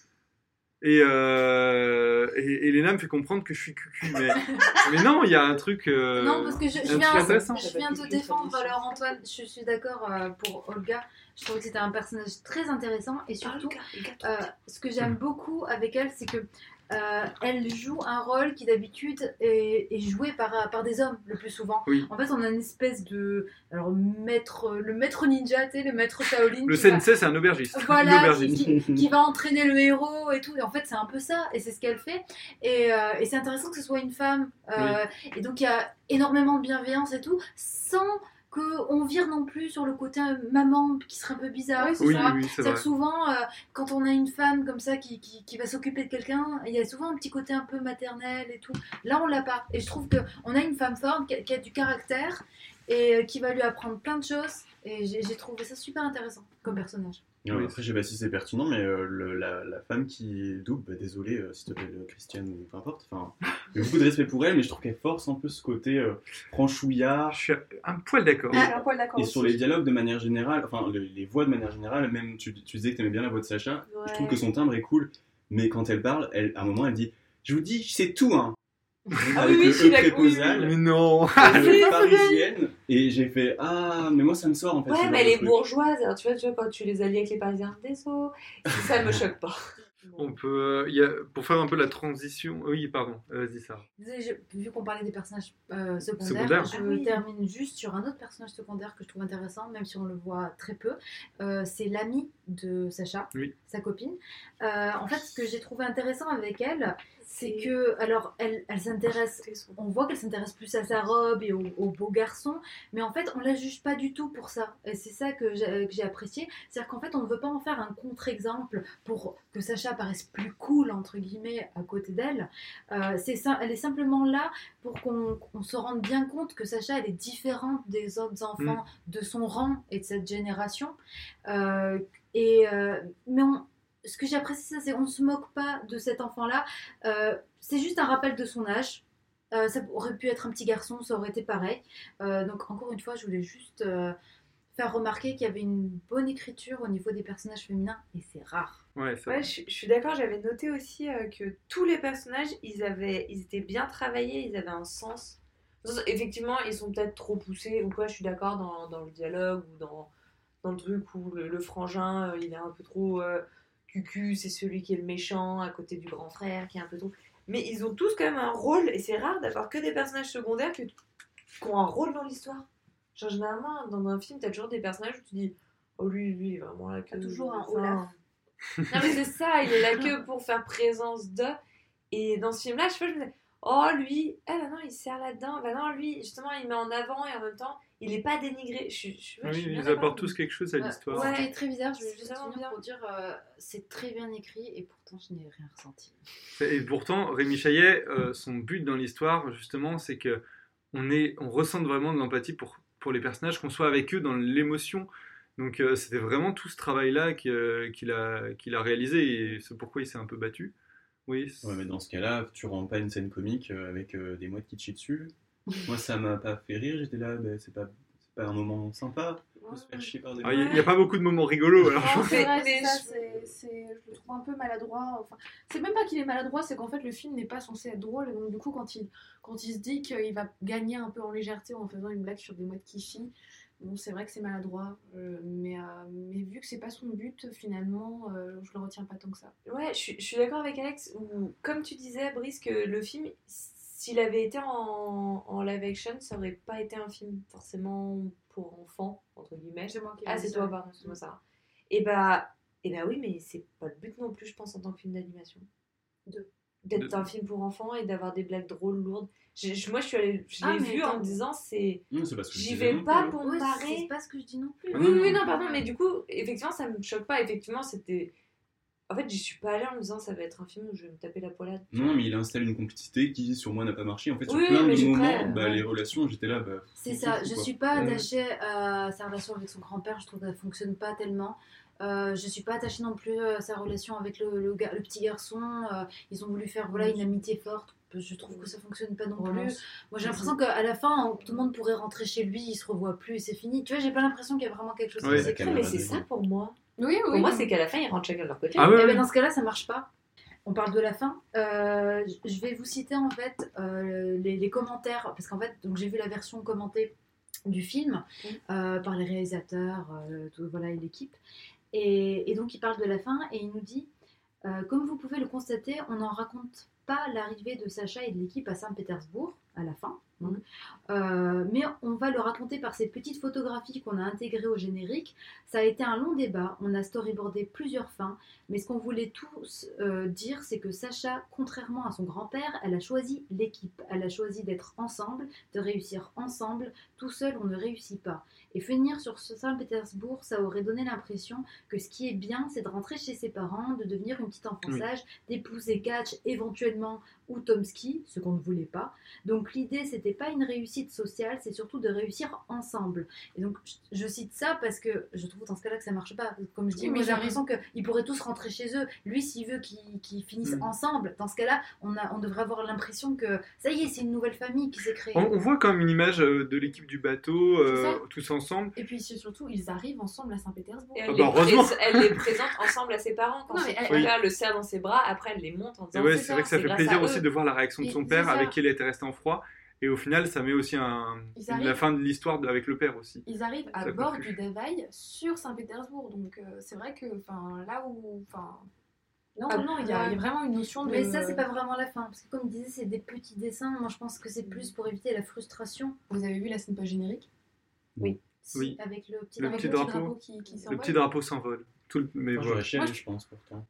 Et, euh, et, et Léna me fait comprendre que je suis cucu, mais, mais non, il y a un truc. Euh, non, parce que je, je, un viens, truc intéressant. je viens te défendre, alors Antoine, je suis d'accord euh, pour Olga. Je trouve que c'était un personnage très intéressant et surtout, euh, ce que j'aime beaucoup avec elle, c'est que euh, elle joue un rôle qui d'habitude est, est joué par, par des hommes le plus souvent. Oui. En fait, on a une espèce de alors maître, le maître ninja, tu sais, le maître Shaolin. Le sensei, va... c'est un aubergiste. Voilà, qui, qui, qui va entraîner le héros et tout. Et en fait, c'est un peu ça, et c'est ce qu'elle fait. Et, euh, et c'est intéressant que ce soit une femme. Euh, oui. Et donc, il y a énormément de bienveillance et tout, sans qu'on vire non plus sur le côté maman qui serait un peu bizarre. Oui, c'est, oui, ça. Oui, c'est, c'est que souvent, euh, quand on a une femme comme ça qui, qui, qui va s'occuper de quelqu'un, il y a souvent un petit côté un peu maternel et tout. Là, on l'a pas. Et je trouve qu'on a une femme forte qui a, qui a du caractère et euh, qui va lui apprendre plein de choses. Et j'ai, j'ai trouvé ça super intéressant comme personnage. Ouais, après, je sais pas si c'est pertinent, mais euh, le, la, la femme qui double, bah, désolé, euh, s'il te plaît, Christiane ou peu importe, enfin, j'ai beaucoup de respect pour elle, mais je trouve qu'elle force un peu ce côté euh, franchouillard. Je suis un poil d'accord. Ah, un poil d'accord et aussi. Sur les dialogues de manière générale, enfin, les, les voix de manière générale, même tu, tu disais que t'aimais bien la voix de Sacha, ouais. Je trouve que son timbre est cool, mais quand elle parle, elle, à un moment, elle dit « Je vous dis, c'est tout, hein !» Ah avec oui, le oui, E préposal, mais non, parisienne, et j'ai fait ah mais moi ça me sort en fait. Ouais, mais elle est bourgeoise, alors tu vois, tu vois quand tu les allies avec les Parisiens, désolé, ça me choque pas. On peut, euh, y a, pour faire un peu la transition, oui pardon, euh, vas-y Sarah. Vu qu'on parlait des personnages euh, secondaires, Secondaire. je ah, oui. termine juste sur un autre personnage secondaire que je trouve intéressant, même si on le voit très peu. Euh, c'est l'ami de Sacha, Oui. sa copine. Euh, en fait, ce que j'ai trouvé intéressant avec elle, c'est que, alors, elle, elle s'intéresse, on voit qu'elle s'intéresse plus à sa robe et au, au beau garçon, mais en fait, on la juge pas du tout pour ça. Et c'est ça que j'ai, que j'ai apprécié. C'est-à-dire qu'en fait, on ne veut pas en faire un contre-exemple pour que Sacha paraisse plus cool, entre guillemets, à côté d'elle. Euh, c'est ça, elle est simplement là pour qu'on, qu'on se rende bien compte que Sacha, elle est différente des autres enfants mmh. de son rang et de cette génération. Euh, et, euh, mais on... Ce que j'apprécie, ça, c'est qu'on ne se moque pas de cet enfant-là. Euh, c'est juste un rappel de son âge. Euh, ça aurait pu être un petit garçon, ça aurait été pareil. Euh, donc, encore une fois, je voulais juste euh, faire remarquer qu'il y avait une bonne écriture au niveau des personnages féminins, et c'est rare. Ouais, ouais je, je suis d'accord, j'avais noté aussi euh, que tous les personnages, ils, avaient, ils étaient bien travaillés, ils avaient un sens. Effectivement, ils sont peut-être trop poussés ou quoi, je suis d'accord, dans, dans le dialogue ou dans, dans le truc où le, le frangin, euh, il est un peu trop... Euh, Cucu, c'est celui qui est le méchant à côté du grand frère qui est un peu trop... Mais ils ont tous quand même un rôle, et c'est rare d'avoir que des personnages secondaires qui, qui ont un rôle dans l'histoire. Genre généralement dans un film t'as toujours des personnages où tu dis oh lui, lui il est vraiment là que... T'as toujours un enfin... Olaf. Non mais c'est ça, il est là que pour faire présence de... Et dans ce film là je sais pas, je me disais oh lui, eh ben non il sert là-dedans, ben non lui justement il met en avant et en même temps il est pas dénigré. Je, je, je, oui, je suis ils apportent tous quelque chose à l'histoire. Ouais, c'est très bizarre, je vais juste finir finir pour dire euh, c'est très bien écrit et pourtant je n'ai rien ressenti. Et pourtant, Rémi Chaillet, euh, son but dans l'histoire, justement, c'est que on, est, on ressente vraiment de l'empathie pour, pour les personnages, qu'on soit avec eux dans l'émotion. Donc euh, c'était vraiment tout ce travail-là qu'il, euh, qu'il, a, qu'il a réalisé et c'est pourquoi il s'est un peu battu. Oui. Ouais, mais dans ce cas-là, tu rends pas une scène comique avec euh, des mouettes qui te chient dessus. Moi, ça m'a pas fait rire. J'étais là, bah, c'est pas, c'est pas un moment sympa de se faire chier par des mouettes. Il n'y a pas beaucoup de moments rigolos. Alors. Non, c'est vrai, c'est ça. C'est, c'est, je le trouve un peu maladroit. Enfin, c'est même pas qu'il est maladroit, c'est qu'en fait, le film n'est pas censé être drôle. Et donc, du coup, quand il, quand il se dit qu'il va gagner un peu en légèreté en faisant une blague sur des mouettes qui chient, bon, c'est vrai que c'est maladroit. Euh, mais, euh, mais vu que c'est pas son but, finalement, euh, je le retiens pas tant que ça. Ouais, je, je suis d'accord avec Alex. Où, comme tu disais, Brice, que le film... S'il avait été en, en live action, ça aurait pas été un film forcément pour enfants, entre guillemets. C'est moi qui ah, c'est toi, pardon, c'est moi, Sarah. Et bah, et bah oui, mais c'est pas le but non plus, je pense, en tant que film d'animation. De. D'être de... un film pour enfants et d'avoir des blagues drôles, lourdes. Je, je, moi, je suis allée, je l'ai ah, vu en me disant, c'est. Non, c'est parce que j'y vais pas non pour me marrer. C'est pas ce que je dis non plus. Oui, oui, oui, non, pardon, mais du coup, effectivement, ça me choque pas. Effectivement, c'était. En fait, j'y suis pas allée en me disant ça va être un film où je vais me taper la poilade. Non, mais il installe une complicité qui, sur moi, n'a pas marché. En fait, sur oui, plein de moments, prêt, bah, ouais. les relations, j'étais là. Bah, c'est ça, je suis pas attachée à sa relation avec son grand-père, je trouve qu'elle fonctionne pas tellement. Euh, je suis pas attachée non plus à sa relation avec le, le, le petit garçon. Euh, ils ont voulu faire voilà, une amitié forte. Je trouve que ça fonctionne pas non plus. Moi, j'ai l'impression qu'à la fin, tout le monde pourrait rentrer chez lui, il se revoit plus et c'est fini. Tu vois, j'ai pas l'impression qu'il y a vraiment quelque chose oui, qui s'écrit. Mais c'est ça pour moi. Oui, oui. Pour moi, c'est qu'à la fin, ils rentrent chacun de leur côté. Ah, oui, et oui. ben, dans ce cas-là, ça marche pas. On parle de la fin. Euh, je vais vous citer en fait euh, les, les commentaires, parce qu'en fait, donc, j'ai vu la version commentée du film euh, par les réalisateurs, euh, tout, voilà, et l'équipe. Et, et donc, il parle de la fin et il nous dit euh, comme vous pouvez le constater, on n'en raconte pas l'arrivée de Sacha et de l'équipe à Saint-Pétersbourg à la fin. Donc, euh, mais on va le raconter par ces petites photographies qu'on a intégrées au générique. Ça a été un long débat, on a storyboardé plusieurs fins, mais ce qu'on voulait tous euh, dire, c'est que Sacha, contrairement à son grand-père, elle a choisi l'équipe, elle a choisi d'être ensemble, de réussir ensemble. Tout seul, on ne réussit pas. Et finir sur ce Saint-Pétersbourg, ça aurait donné l'impression que ce qui est bien, c'est de rentrer chez ses parents, de devenir une petite enfant sage, oui. d'épouser Catch, éventuellement, ou Tomsky, ce qu'on ne voulait pas. Donc l'idée, c'était pas une réussite sociale, c'est surtout de réussir ensemble. Et donc je, je cite ça parce que je trouve dans ce cas-là que ça marche pas. Comme je dis, oui, moi j'ai l'impression qu'ils pourraient tous rentrer chez eux. Lui, s'il veut qu'ils, qu'ils finissent mmh. ensemble, dans ce cas-là, on, a, on devrait avoir l'impression que ça y est, c'est une nouvelle famille qui s'est créée. On, on voit quand même une image de l'équipe du bateau, euh, tous ensemble. Et puis surtout, ils arrivent ensemble à Saint-Pétersbourg. Elle, ah les bah, heureusement. Pré- elle les présente ensemble à ses parents. Quand non, son elle, père elle... le serre dans ses bras, après elle les monte en disant ouais, c'est, c'est ça, vrai que ça c'est fait plaisir aussi eux. de voir la réaction de son et père avec qui elle était restée en froid. Et au final, ça met aussi un, la fin de l'histoire avec le père aussi. Ils arrivent à ça bord du Davaï sur Saint-Pétersbourg. Donc euh, c'est vrai que là où... Non, ah, non, il y, y a vraiment une notion de... Mais ça, c'est pas vraiment la fin. Parce que comme il disait, c'est des petits dessins. Moi, je pense que c'est plus pour éviter la frustration. Vous avez vu la scène post-générique ? Oui. Si, oui. Avec le petit le drapeau, petit drapeau, drapeau qui, qui le petit drapeau s'envole. Tout le... Mais Moi, voilà. j'aurais chialé, je pense, pourtant.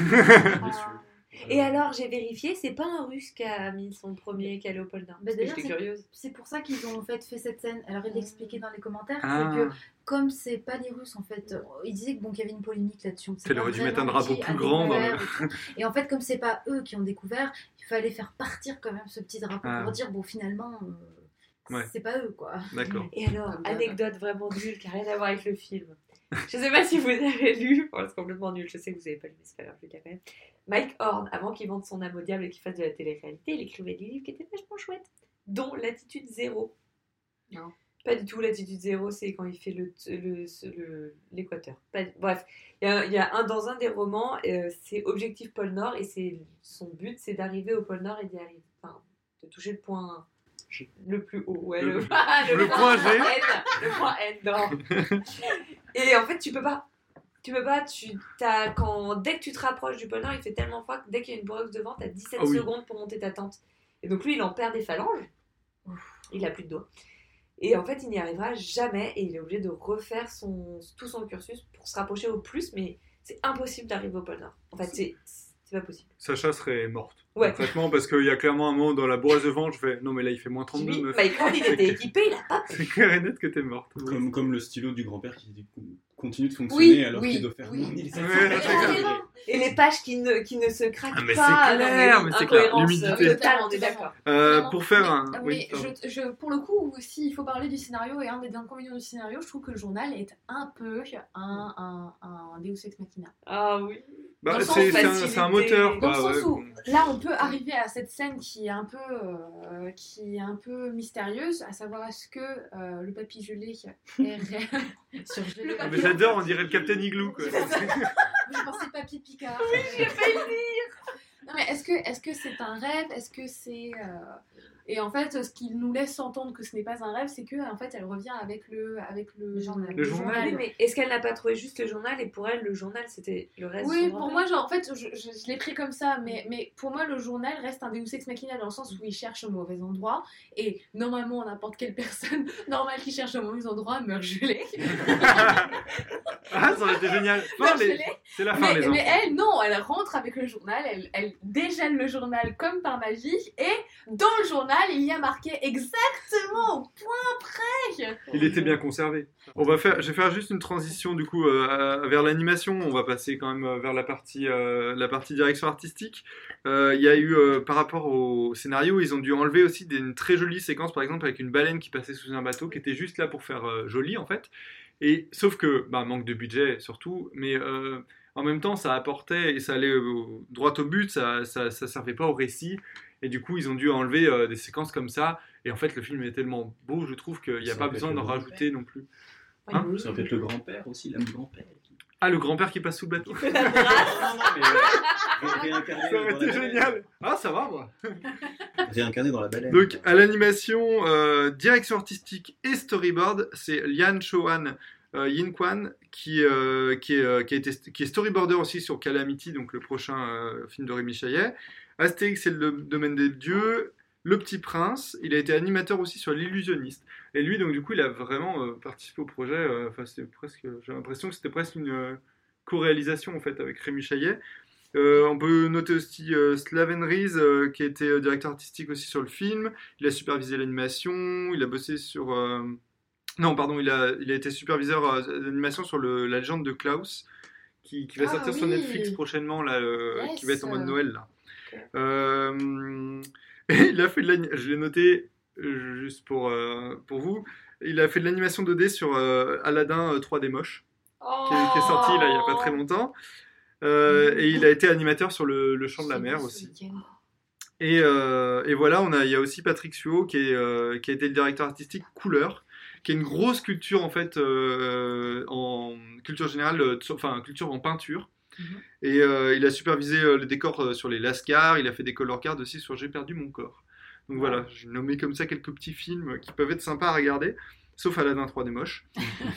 Et alors, j'ai vérifié, c'est pas un russe qui a mis son premier qui allait au pôle Nord. Bah, Parce que d'ailleurs, j'étais c'est- curieuse. c'est pour ça qu'ils ont en fait fait cette scène. Alors il expliquait dans les commentaires, Ah. c'est que comme c'est pas les Russes en fait, il disait que bon qu'il y avait une polémique là-dessus. on sait Elle pas aurait dû mettre un vraiment drapeau qui plus a grand dans découvert le- et tout. Et en fait, comme c'est pas eux qui ont découvert, il fallait faire partir quand même ce petit drapeau Ah. pour dire bon finalement euh, Ouais. c'est pas eux quoi. D'accord. Et alors, anecdote vraiment nulle qui n'a rien à voir avec le film. Je sais pas si vous avez lu, bon, c'est complètement nul, je sais que vous avez pas lu, mais c'est pas grave, je le dis quand même. Mike Horn, avant qu'il vende son âme au diable et qu'il fasse de la télé-réalité, il écrivait des livres qui étaient vachement chouettes, dont Latitude Zéro. Non. Pas du tout, Latitude Zéro, c'est quand il fait le, le, le- l'équateur. Pas- Bref, il y a, il y a un, dans un des romans, euh, c'est Objectif pôle Nord, et c'est, son but, c'est d'arriver au pôle Nord et d'y arriver. Enfin, de toucher le point le plus haut. Ouais, Le- le, ah, le point G. N, le point N, non. Et en fait, tu peux pas. Tu peux pas, tu, t'as, quand, dès que tu te rapproches du pôle Nord, il fait tellement froid que dès qu'il y a une brosse devant, t'as dix-sept Ah oui. secondes pour monter ta tente. Et donc lui, il en perd des phalanges. Il a plus de doigts. Et en fait, il n'y arrivera jamais et il est obligé de refaire son, tout son cursus pour se rapprocher au plus, mais c'est impossible d'arriver au pôle Nord. En fait, c'est, c'est pas possible. Sacha serait morte. Ouais. Concrètement, parce qu'il y a clairement un moment dans la bourse de vent, je fais non, mais là il fait moins trente-deux. Lui, meuf. Mike Horn, il était équipé, il a pas. C'est clair et net que t'es morte. Comme, comme le stylo du grand-père qui continue de fonctionner Oui, alors oui, qu'il doit faire oui. mille sept cents. Ouais, c'est clair. Et les pages qui ne, qui ne se craquent Ah, mais pas. c'est non, clair, oui, mais c'est clair, incohérence, l'humidité. euh, totale, on est d'accord. Euh, Vraiment. pour faire un. Mais, oui, mais pardon. je, je- pour le coup, aussi, il faut parler du scénario et un des inconvénients du scénario, je trouve que le journal est un peu un, un, un Deus Ex Machina. Ah oui. Bah, Dans le c'est, sens c'est un, c'est un moteur. Dans le quoi, sens ouais. où, là, on peut arriver à cette scène qui est un peu, euh, qui est un peu mystérieuse, à savoir est-ce que euh, le papy gelé est réel surgelé. Ah, mais j'adore, on dirait le Captain Igloo. Quoi. Je pensais papy Picard. Oui, j'ai failli le dire. Non mais est-ce que est-ce que c'est un rêve? Est-ce que c'est euh, et en fait ce qu'il nous laisse entendre que ce n'est pas un rêve, c'est que en fait elle revient avec le avec le, journal. Le journal. Oui, mais est-ce qu'elle n'a pas trouvé juste le journal et pour elle le journal c'était le reste Oui, son pour grand-père moi, genre, en fait, je, je, je l'ai pris comme ça, mais, mais pour moi, le journal reste un Deus Ex Machina dans le sens où il cherche au mauvais endroit, et normalement, n'importe quelle personne normale qui cherche au mauvais endroit meurt gelée. Ah, ça aurait été génial. Fin, Meurt les- gelée. C'est la fin, mais, les enfants. mais elle, non, elle rentre avec le journal, elle, elle dégèle le journal comme par magie, et dans le journal, il y a marqué exactement au point près. Il était bien conservé. On va faire, je vais faire juste une transition du coup euh, à- vers l'animation. On va passer quand même euh, vers la partie, euh, la partie direction artistique. Euh, Il y a eu euh, par rapport au scénario, ils ont dû enlever aussi des, une très jolie séquence, par exemple avec une baleine qui passait sous un bateau, qui était juste là pour faire euh, joli en fait. Et sauf que, bah, manque de budget surtout, mais euh, en même temps ça apportait et ça allait au- droit au but, ça, ça, ça servait pas au récit. Et du coup, ils ont dû enlever euh, des séquences comme ça. Et en fait, le film est tellement beau, je trouve qu'il n'y a Ça pas peut besoin être d'en le rajouter non plus. Oui, Hein oui. Ça va peut-être le grand-père aussi, l'âme du grand-père. Ah, le grand-père qui passe sous le bateau. Non, non, mais euh, ré- réincarné Ça aurait dans été la baleine. génial. Ah, ça va, moi. Réincarné dans la baleine. Donc, à l'animation, euh, direction artistique et storyboard, c'est Lian Choan euh, Yin Kwan qui, euh, qui, est, euh, qui, a été, qui est storyboarder aussi sur Calamity, donc le prochain euh, film de Rémi Chaillet. Astérix et le domaine des dieux. Le Petit Prince, il a été animateur aussi sur L'Illusionniste. Et lui, donc du coup, il a vraiment euh, participé au projet. euh, Enfin, c'était presque, j'ai l'impression que c'était presque une euh, co-réalisation en fait avec Rémi Chaillet. Euh, on peut noter aussi euh, Slaven Rees, euh, qui a été euh, directeur artistique aussi sur le film. Il a supervisé l'animation. Il a bossé sur. euh, Non, pardon, il a, il a été superviseur euh, d'animation sur le, la légende de Klaus, qui, qui va Ah, sortir sur oui. Netflix prochainement, là, euh, Yes. qui va être en mode Noël là. Ok. Euh, et il a fait de l'ani- je l'ai noté euh, juste pour, euh, pour vous. Il a fait de l'animation deux D sur euh, Aladdin euh, trois D moche, qui, est, qui est sorti là il n'y a pas très longtemps. Euh, et il a été animateur sur le, le Chant de la Mer aussi. Et, euh, et voilà, on a, il y a aussi Patrick Suot qui, est, euh, qui a été le directeur artistique Couleur, qui est une grosse culture en fait, euh, en culture générale, euh, sur- enfin culture en peinture. Mhm. Et euh, il a supervisé euh, les décors euh, sur les Lascars, il a fait des color cards aussi sur J'ai perdu mon corps. Donc voilà, j'ai nommé comme ça quelques petits films qui peuvent être sympas à regarder, sauf Aladdin trois D moche.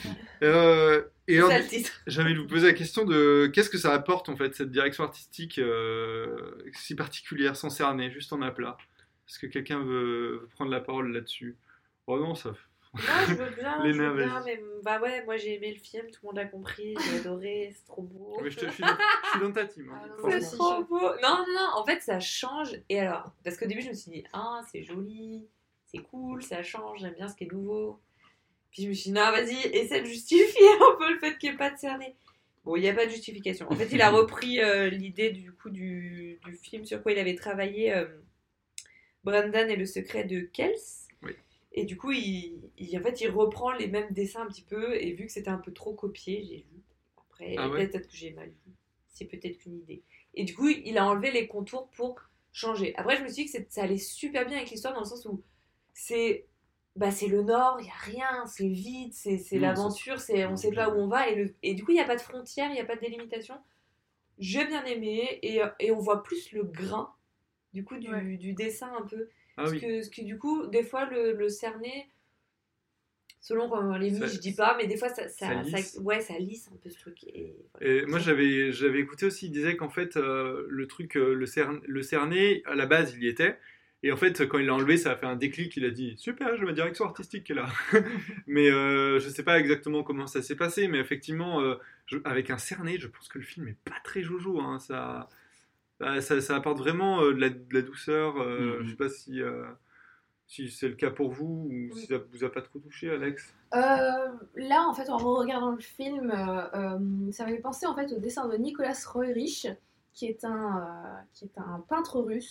euh, et C'est alors, ça le titre. j'ai envie de vous poser la question de qu'est-ce que ça apporte en fait cette direction artistique euh, si particulière, sans cerner, juste en aplat. Est-ce que quelqu'un veut, veut prendre la parole là-dessus? Oh non, ça, Non, je veux bien, Léna, je veux bien, vas-y. mais bah ouais, moi j'ai aimé le film, tout le monde l'a compris, j'ai adoré, c'est trop beau. Mais je, te, je, suis dans, je suis dans ta team. Hein, C'est franchement. trop beau. Non, non, non, en fait ça change. Et alors, parce qu'au début je me suis dit, ah c'est joli, c'est cool, ça change, j'aime bien ce qui est nouveau. Puis je me suis dit, non vas-y, essaie de justifier un peu le fait qu'il n'y ait pas de cerné. Bon, il n'y a pas de justification. En fait, il a repris euh, l'idée du coup du, du film sur quoi il avait travaillé, euh, Brandon et le secret de Kells. Oui. Et du coup, il, il, en fait, il reprend les mêmes dessins un petit peu. Et vu que c'était un peu trop copié, j'ai vu. Après, Ah ouais. peut-être que j'ai mal vu. C'est peut-être qu'une idée. Et du coup, il a enlevé les contours pour changer. Après, je me suis dit que ça allait super bien avec l'histoire dans le sens où c'est, bah, c'est le Nord, il n'y a rien, c'est vide, c'est, c'est Non, l'aventure, c'est, on ne sait pas où on va. Et, le, et du coup, il n'y a pas de frontières, il n'y a pas de délimitation. J'ai bien aimé. Et, et on voit plus le grain du coup du, ouais. du dessin un peu. Ah, parce, oui. que, parce que du coup, des fois, le, le cerné, selon comment on les mis, je dis pas, mais des fois, ça, ça, ça, lisse. ça, ouais, ça lisse un peu ce truc. Et, voilà. Et moi, j'avais, j'avais écouté aussi, il disait qu'en fait, euh, le truc, euh, le, cerne, le cerné, à la base, il y était. Et en fait, quand il l'a enlevé, ça a fait un déclic. Il a dit « Super, j'ai ma direction artistique qui est là !» Mais euh, je sais pas exactement comment ça s'est passé, mais effectivement, euh, je, avec un cerné, je pense que le film est pas très jojo. Hein, ça... Ça, ça apporte vraiment euh, de, la, de la douceur. Euh, mm-hmm. Je sais pas si, euh, si c'est le cas pour vous ou si ça vous a pas trop touché, Alex. Euh, là, en fait, en regardant le film, euh, euh, ça m'avait pensé en fait au dessin de Nicolas Roerich, qui est un, euh, qui est un peintre russe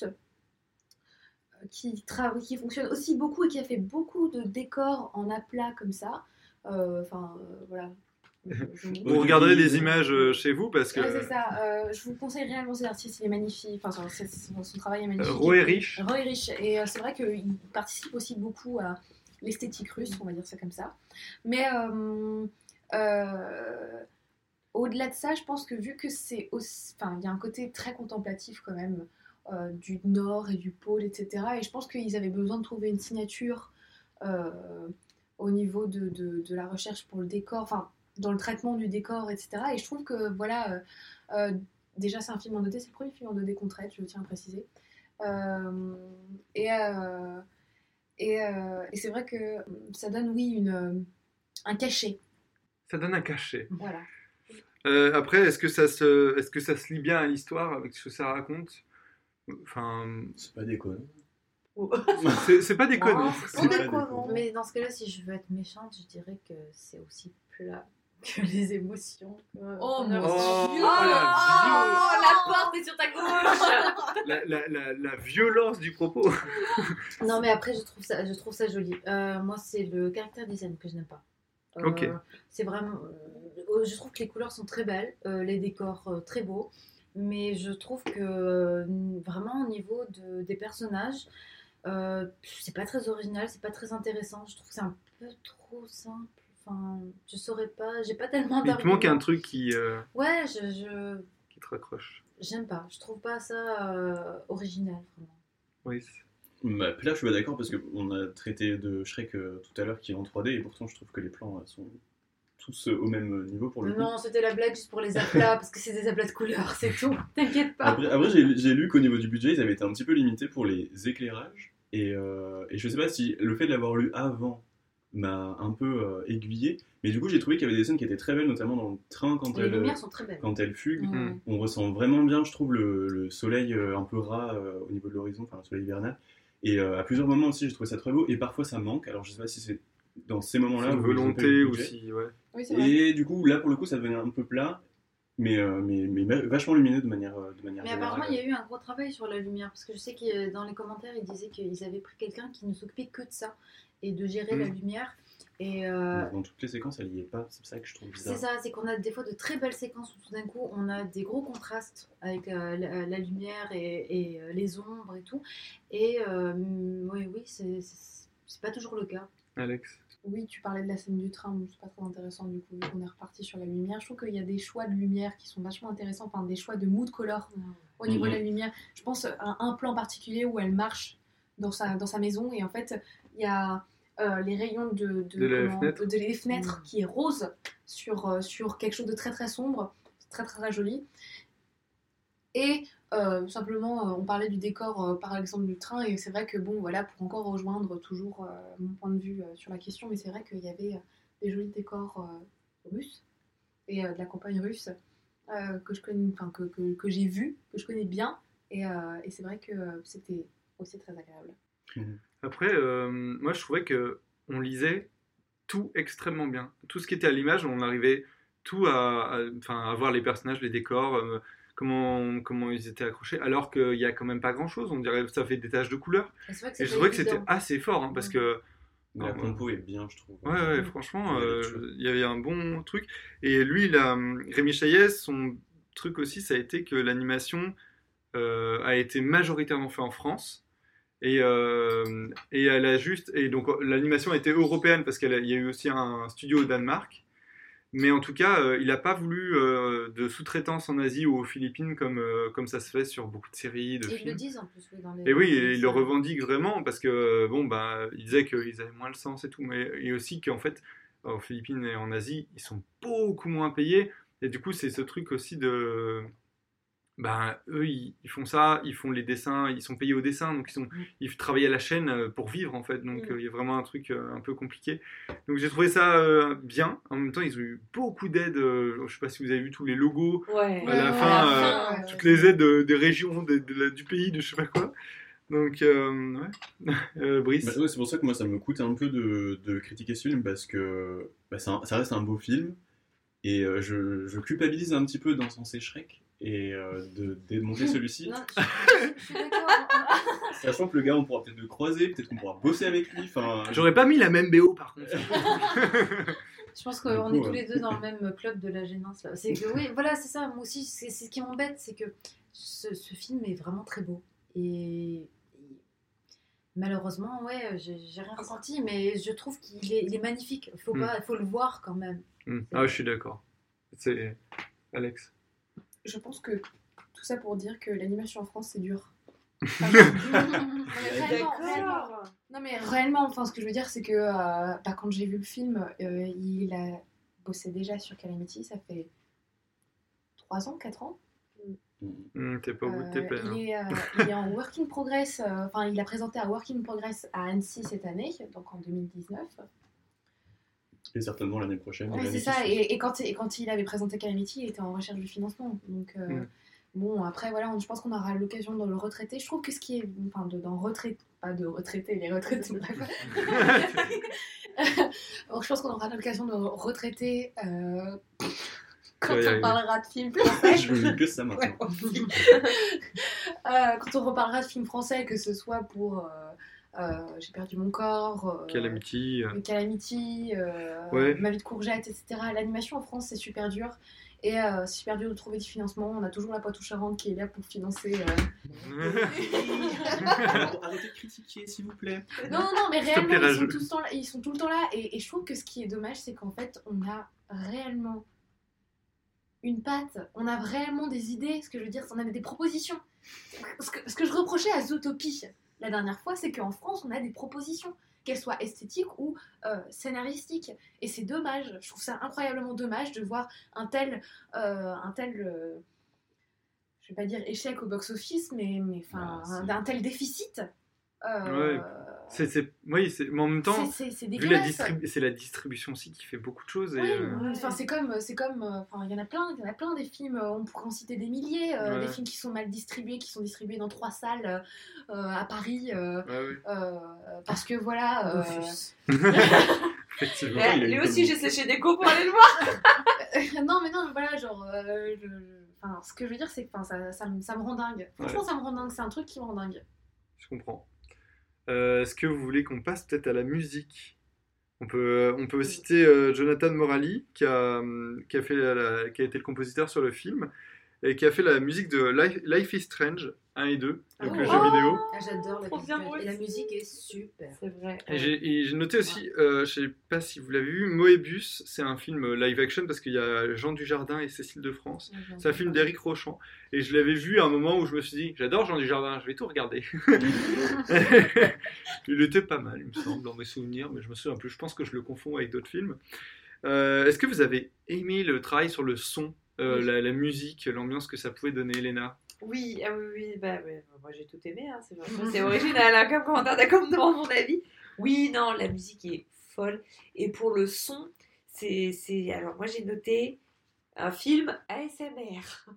euh, qui, tra- qui fonctionne aussi beaucoup et qui a fait beaucoup de décors en aplat comme ça. Enfin, euh, voilà. Vous regarderez des images chez vous parce que. Ouais, c'est ça. Euh, je vous conseille réellement cet artiste, il est magnifique. Enfin, son, son, son travail est magnifique. Roerich. Roerich. Et euh, c'est vrai qu'il participe aussi beaucoup à l'esthétique russe, on va dire ça comme ça. Mais euh, euh, au-delà de ça, je pense que vu que c'est aussi. Enfin, il y a un côté très contemplatif quand même euh, du Nord et du pôle, et cetera. Et je pense qu'ils avaient besoin de trouver une signature euh, au niveau de, de, de la recherche pour le décor. Enfin, dans le traitement du décor, et cetera. Et je trouve que, voilà, euh, euh, déjà c'est un film en deux D, c'est le premier film en deux D qu'on traite, je tiens à préciser. Euh, et, euh, et, euh, et c'est vrai que ça donne, oui, une, un cachet. Ça donne un cachet. Voilà. Euh, après, est-ce que, ça se, est-ce que ça se lie bien à l'histoire avec ce que ça raconte ? Enfin... C'est pas déconnant. c'est, c'est pas déconnant. C'est pas déconnant. Mais dans ce cas-là, si je veux être méchante, je dirais que c'est aussi plat que les émotions. Oh mon Dieu! Oh, oh, la, oh, la porte est sur ta gauche. la, la, la, la violence du propos. Non, mais après, je trouve ça, je trouve ça joli. Euh, moi, c'est le caractère design que je n'aime pas. Euh, ok. C'est vraiment. Euh, je trouve que les couleurs sont très belles, euh, les décors euh, très beaux, mais je trouve que euh, vraiment au niveau de, des personnages, euh, c'est pas très original, c'est pas très intéressant. Je trouve que c'est un peu trop simple. Enfin, je saurais pas, j'ai pas tellement d'arguments. Il te manque un truc qui. Euh, ouais, je, je. Qui te raccroche. J'aime pas, je trouve pas ça euh, original, vraiment. Oui. Bah, là, je suis pas d'accord parce qu'on a traité de Shrek euh, tout à l'heure qui est en trois D et pourtant je trouve que les plans euh, sont tous euh, au même niveau pour le coup. Non, c'était la blague juste pour les aplats parce que c'est des aplats de couleurs, c'est tout, t'inquiète pas. Après, après j'ai, j'ai lu qu'au niveau du budget, ils avaient été un petit peu limités pour les éclairages et, euh, et je sais pas si le fait de l'avoir lu avant m'a un peu euh, aiguillé, mais du coup j'ai trouvé qu'il y avait des scènes qui étaient très belles, notamment dans le train quand les elle, lumières sont très belles. Quand elle fugue. Mmh. On ressent vraiment bien, je trouve, le, le soleil euh, un peu ras euh, au niveau de l'horizon, enfin le soleil hivernal. Et euh, à plusieurs moments aussi, j'ai trouvé ça très beau, et parfois ça manque. Alors je sais pas si c'est dans ces moments-là. C'est une volonté aussi, ouais. Oui, c'est vrai. Et du coup, là pour le coup, ça devenait un peu plat, mais, euh, mais, mais vachement lumineux de manière, de manière Mais générale. apparemment, il y a eu un gros travail sur la lumière, parce que je sais que dans les commentaires, ils disaient qu'ils avaient pris quelqu'un qui ne s'occupait que de ça, et de gérer mmh. la lumière. Et euh... Dans toutes les séquences, elle y est pas, c'est ça que je trouve bizarre. C'est ça, c'est qu'on a des fois de très belles séquences où tout d'un coup on a des gros contrastes avec euh, la, la lumière et, et euh, les ombres et tout. Et euh, oui, oui, c'est, c'est, c'est pas toujours le cas. Alex ? Oui, tu parlais de la scène du train, c'est pas très intéressant du coup, vu qu'on est reparti sur la lumière. Je trouve qu'il y a des choix de lumière qui sont vachement intéressants, enfin des choix de mood color mmh. au niveau mmh. de la lumière. Je pense à un plan particulier où elle marche dans sa, dans sa maison et en fait, il y a. Euh, les rayons de, de, de, comment, fenêtre. de les fenêtres mmh. qui est rose sur, euh, sur quelque chose de très très sombre, très très très joli. Et euh, simplement, euh, on parlait du décor euh, par exemple du train, et c'est vrai que bon, voilà, pour encore rejoindre toujours euh, mon point de vue euh, sur la question, mais c'est vrai qu'il y avait euh, des jolis décors euh, russes et euh, de la campagne russe euh, que je connais, enfin que, que, que j'ai vu, que je connais bien, et, euh, et c'est vrai que euh, c'était aussi très agréable. Après, euh, moi je trouvais que on lisait tout extrêmement bien. Tout ce qui était à l'image, on arrivait tout à, à, enfin, à voir les personnages, les décors, euh, comment, comment ils étaient accrochés, alors qu'il n'y a quand même pas grand-chose. On dirait que ça fait des taches de couleurs. Et, vrai que et je trouvais que c'était assez fort, hein, parce ouais. que... La non, compo est bien, je trouve. Ouais, ouais, franchement, euh, il y avait un bon truc. Et lui, il a, Rémi Chaillet, son truc aussi, ça a été que l'animation euh, a été majoritairement faite en France. Et, euh, et elle a juste et donc l'animation a été européenne parce qu'il y a eu aussi un studio au Danemark, mais en tout cas euh, il n'a pas voulu euh, de sous-traitance en Asie ou aux Philippines comme, euh, comme ça se fait sur beaucoup de séries, de et films. Ils le disent en plus, oui, dans les... Et oui, et ils le revendiquent vraiment parce que bon bah ils disaient qu'ils avaient moins le sens et tout, mais et aussi qu'en fait aux Philippines et en Asie ils sont beaucoup moins payés, et du coup c'est ce truc aussi de ben, eux, ils, ils font ça, ils font les dessins, ils sont payés au dessin, donc ils, sont, ils travaillent à la chaîne pour vivre, en fait. Donc, il mmh. euh, y a vraiment un truc euh, un peu compliqué. Donc, j'ai trouvé ça euh, bien. En même temps, ils ont eu beaucoup d'aides. Euh, je ne sais pas si vous avez vu tous les logos. Ouais. À la ouais, fin, à la euh, fin toutes les aides de, des régions, de, de la, du pays, de je sais pas quoi. Donc, euh, ouais. euh, Brice. Bah, ouais, c'est pour ça que moi, ça me coûte un peu de, de critiquer ce film, parce que bah, ça, ça reste un beau film. Et euh, je, je culpabilise un petit peu d'encenser Shrek et euh, de démonter celui-ci. Non, je, je, je suis d'accord. Sachant que le gars, on pourra peut-être le croiser, peut-être qu'on pourra bosser avec lui. J'aurais pas mis la même B O par contre. Je pense qu'on est tous les deux dans le même club de la gênance. Là. C'est que, oui, voilà, c'est ça. Moi aussi, c'est, c'est ce qui m'embête, c'est que ce, ce film est vraiment très beau. Et, et malheureusement, ouais, j'ai, j'ai rien ressenti, mais je trouve qu'il est, il est magnifique. Il faut, mm. pas, faut le voir quand même. Mm. Ah, je suis d'accord. C'est Alex. Je pense que tout ça pour dire que l'animation en France, c'est dur. Enfin, non, mais réellement, réellement. Non mais réellement, enfin, ce que je veux dire, c'est que euh, bah, quand j'ai vu le film, euh, il a bossé déjà sur Calamity, ça fait trois ans, quatre ans. Mmh, t'es pas au bout de tes peines. Euh, il, est, euh, il est en work in progress, enfin euh, il a présenté à Work in Progress à Annecy cette année, donc en deux mille dix-neuf. Et certainement l'année prochaine. Ouais, c'est ça, et, et, quand, et quand il avait présenté Calamity, il était en recherche du financement. Donc, euh, mm. bon, après, voilà, on, je pense qu'on aura l'occasion de le retraiter. Je trouve que ce qui est. Enfin, de, d'en retraiter. Pas de retraiter, les retraites, bref. Donc, je pense qu'on aura l'occasion de retraiter. Euh, quand ouais, on ouais. parlera de films français. Je veux que ça maintenant. euh, quand on reparlera de films français, que ce soit pour. Euh, Euh, j'ai perdu mon corps, euh, Calamity, euh, Calamity euh, ouais. Ma vie de courgette, et cetera. L'animation en France, c'est super dur. Et euh, c'est super dur de trouver du financement. On a toujours la Poitou-Charentes qui est là pour financer. Euh... Arrêtez de critiquer, s'il vous plaît. Non, non, non, mais réellement, plaît, ils, sont tout le temps là, ils sont tout le temps là. Et, et je trouve que ce qui est dommage, c'est qu'en fait, on a réellement une patte. On a réellement des idées. Ce que je veux dire, on a des propositions. Ce que, ce que je reprochais à Zootopie la dernière fois, c'est qu'en France, on a des propositions, qu'elles soient esthétiques ou euh, scénaristiques. Et c'est dommage. Je trouve ça incroyablement dommage de voir un tel, euh, un tel euh, je vais pas dire échec au box-office, mais, mais enfin, ah, un, un tel déficit. Euh, ouais. C'est, c'est, oui, c'est, mais en même temps, c'est, c'est, c'est, vu la distribu- c'est la distribution aussi qui fait beaucoup de choses. Et oui, euh... enfin, c'est comme, c'est comme, enfin, il y en a plein, il y en a plein des films. On pourrait en citer des milliers, euh, ouais. des films qui sont mal distribués, qui sont distribués dans trois salles euh, à Paris, euh, ouais, oui. euh, parce que voilà. Euh... Effectivement. Et, lui aussi, j'ai séché des cours pour aller le voir. Non, mais non, voilà, genre, euh, je, enfin, ce que je veux dire, c'est que, ça, ça, me, ça me rend dingue. Franchement, ouais. ça me rend dingue. C'est un truc qui me rend dingue. Je comprends. Euh, est-ce que vous voulez qu'on passe peut-être à la musique ? On peut, on peut citer euh, Jonathan Morali, qui a, qui, a fait la, qui a été le compositeur sur le film, et qui a fait la musique de Life, Life is Strange un et deux, donc oh, le jeu oh vidéo. Ah, j'adore la musique, et la musique est super. C'est vrai. Et j'ai, et j'ai noté aussi, euh, je ne sais pas si vous l'avez vu, Moebius, c'est un film live action parce qu'il y a Jean Dujardin et Cécile de France. Ouais, c'est un film d'Éric Rochant. Et je l'avais vu à un moment où je me suis dit, j'adore Jean Dujardin, je vais tout regarder. Il était pas mal, il me semble, dans mes souvenirs, mais je me souviens plus. Je pense que je le confonds avec d'autres films. Euh, est-ce que vous avez aimé le travail sur le son, euh, oui. la, la musique, l'ambiance que ça pouvait donner, Elena ? Oui, ah oui, oui, bah, ouais, moi j'ai tout aimé, hein, c'est, vrai, c'est original, hein, comme commentaire, d'accord, me demande mon avis. Oui, non, la musique est folle. Et pour le son, c'est, c'est... alors moi j'ai noté un film A S M R.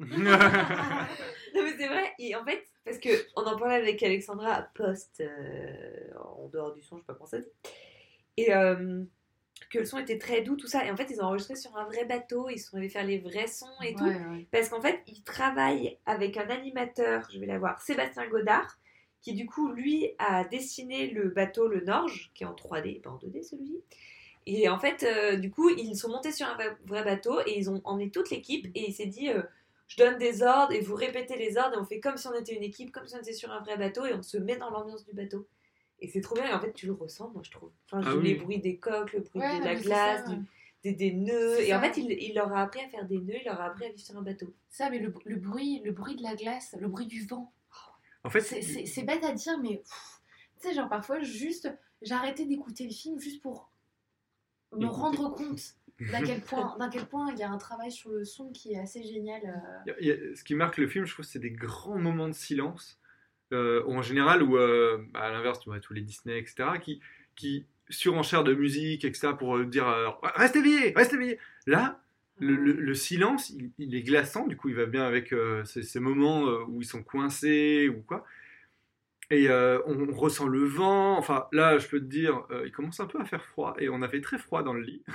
Non mais c'est vrai, et en fait, parce qu'on en parlait avec Alexandra post, euh, en dehors du son, je sais pas comment ça dit, et euh, que le son était très doux, tout ça, et en fait ils ont enregistré sur un vrai bateau, ils sont allés faire les vrais sons et tout, Ouais, ouais. parce qu'en fait ils travaillent avec un animateur, je vais l'avoir, Sébastien Godard, qui du coup lui a dessiné le bateau, le Norge, qui est en trois D, pas en deux D celui-ci. Et en fait, euh, du coup, ils sont montés sur un vrai bateau et ils ont emmené toute l'équipe et il s'est dit euh, je donne des ordres et vous répétez les ordres et on fait comme si on était une équipe, comme si on était sur un vrai bateau et on se met dans l'ambiance du bateau. Et c'est trop bien et en fait, tu le ressens, moi je trouve. Enfin, Ah les oui. bruits des coques, le bruit Ouais, de la mais c'est glace, ça. du- des, des nœuds. C'est Et en ça. fait, il, il leur a appris à faire des nœuds, il leur a appris à vivre sur un bateau. Ça, mais le, le bruit, le bruit de la glace, le bruit du vent. En fait, C'est, c'est, c'est bête à dire, mais pff, tu sais, genre parfois, juste, j'ai arrêté d'écouter le film juste pour me Écouter. rendre compte d'à quel point, d'à quel point il y a un travail sur le son qui est assez génial. euh. Il y a- il y a- ce qui marque le film, je trouve, c'est des grands moments de silence, euh, ou en général, ou euh, bah, à l'inverse, tu vois, tous les Disney, et cetera, qui, qui surenchèrent de musique, et cetera, pour euh, dire euh, reste éveillé, reste éveillé. Là, le, le- le silence, il, il est glaçant, du coup, il va bien avec euh, ces, ces moments euh, où ils sont coincés ou quoi. Et euh, on ressent le vent. Enfin, là, je peux te dire, euh, il commence un peu à faire froid et on avait très froid dans le lit.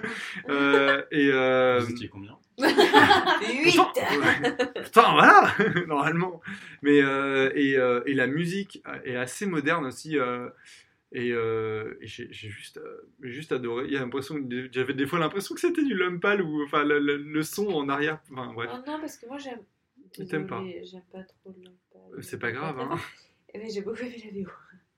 Euh, et euh, Vous étiez combien? huit. Putain, voilà, normalement. Mais euh, et, euh, et la musique est assez moderne aussi. euh, et euh, et j'ai, j'ai juste, euh, juste adoré. Il y a l'impression, que- j'avais des fois l'impression que c'était du Lumpal ou enfin le, le- le son en arrière. Enfin bref, Oh non, parce que moi j'aime. T'aimes pas. Désolée, J'aime pas trop le Lumpal. c'est pas grave. Hein. Mais j'ai beaucoup aimé la V O.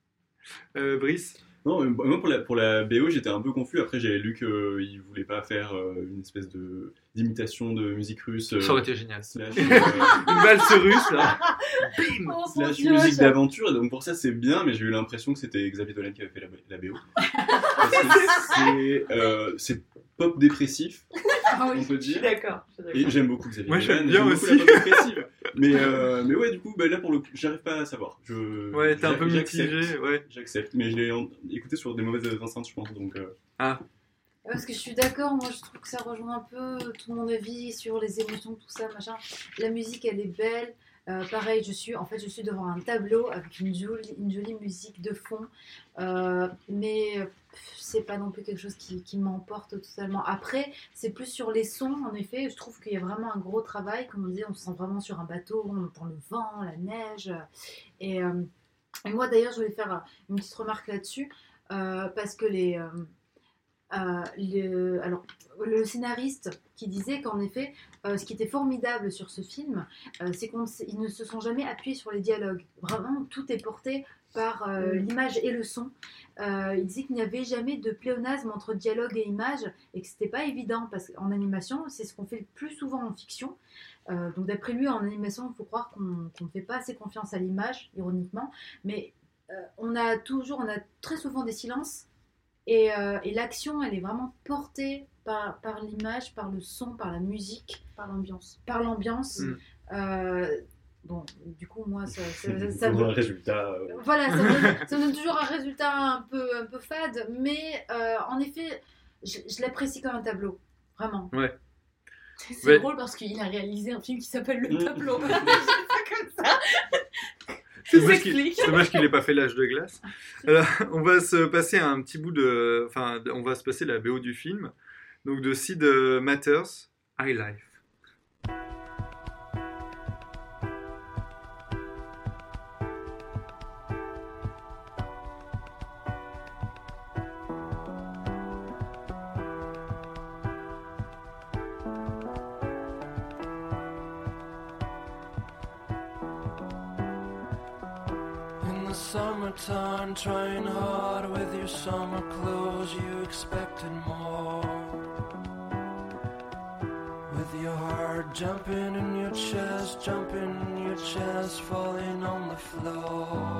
Euh, Brice. Non, mais moi pour la, pour la B O j'étais un peu confus. Après j'avais lu qu'il voulait pas faire euh, une espèce de d'imitation de musique russe. euh, Ça aurait été génial. slash, Une euh, valse russe là. Oh, mon slash Dieu, musique ça- d'aventure. Et donc pour ça c'est bien, mais j'ai eu l'impression que c'était Xavier Dolan qui avait fait la, la B O. Parce que c'est, euh, c'est pop dépressif, Ah oui, on peut je suis dire. d'accord. je suis d'accord. Et j'aime beaucoup Xavier Moi, Dolan. j'aime bien beaucoup aussi. la pop dépressive. Mais, euh, mais ouais, du coup, bah, là pour le coup, j'arrive pas à savoir. Je, Ouais, t'es un peu j'accepte. mitigé, ouais. J'accepte, mais je l'ai en- écouté sur des mauvaises enceintes, je pense. Donc, euh, Ah. Parce que je suis d'accord, moi je trouve que ça rejoint un peu tout mon avis sur les émotions, tout ça, machin. La musique elle est belle. Euh, pareil, je suis en fait je suis devant un tableau avec une jolie, une jolie musique de fond, Euh, mais pff, c'est pas non plus quelque chose qui, qui m'emporte totalement. Après, c'est plus sur les sons, en effet, je trouve qu'il y a vraiment un gros travail, comme on disait, on se sent vraiment sur un bateau, on entend le vent, la neige, et, euh, et moi d'ailleurs je voulais faire une petite remarque là-dessus, euh, parce que les... euh, euh, le, alors, le scénariste qui disait qu'en effet, euh, ce qui était formidable sur ce film, euh, c'est qu'ils ne se sont jamais appuyés sur les dialogues. Vraiment, tout est porté par euh, Mm. l'image et le son. Euh, il disait qu'il n'y avait jamais de pléonasme entre dialogue et image et que c'était pas évident parce qu'en animation, c'est ce qu'on fait le plus souvent en fiction. Euh, donc d'après lui, en animation, il faut croire qu'on qu'on ne fait pas assez confiance à l'image, ironiquement, mais euh, on a toujours, on a très souvent des silences. Et, euh, et l'action, elle est vraiment portée par, par l'image, par le son, par la musique, Par l'ambiance. par l'ambiance. Mm. Euh, bon, du coup, moi, ça, ça, ça, ça ça donne me- un résultat. euh, voilà, ça me, donne, ça me donne toujours un résultat un peu, un peu fade, mais euh, en effet, je, je l'apprécie comme un tableau, vraiment. Ouais. C'est Ouais. drôle parce qu'il a réalisé un film qui s'appelle Le Mm. Tableau. C'est comme ça. C'est Ça dommage qu'il s'explique. c'est dommage qu'il n'ait pas fait l'âge de glace. Alors, on va se passer à un petit bout de... Enfin, on va se passer la B O du film. Donc de Sid Matters, High Life. In the summertime, trying hard with your summer clothes, you expected more. With your heart jumping in your chest, jumping in your chest, falling on the floor.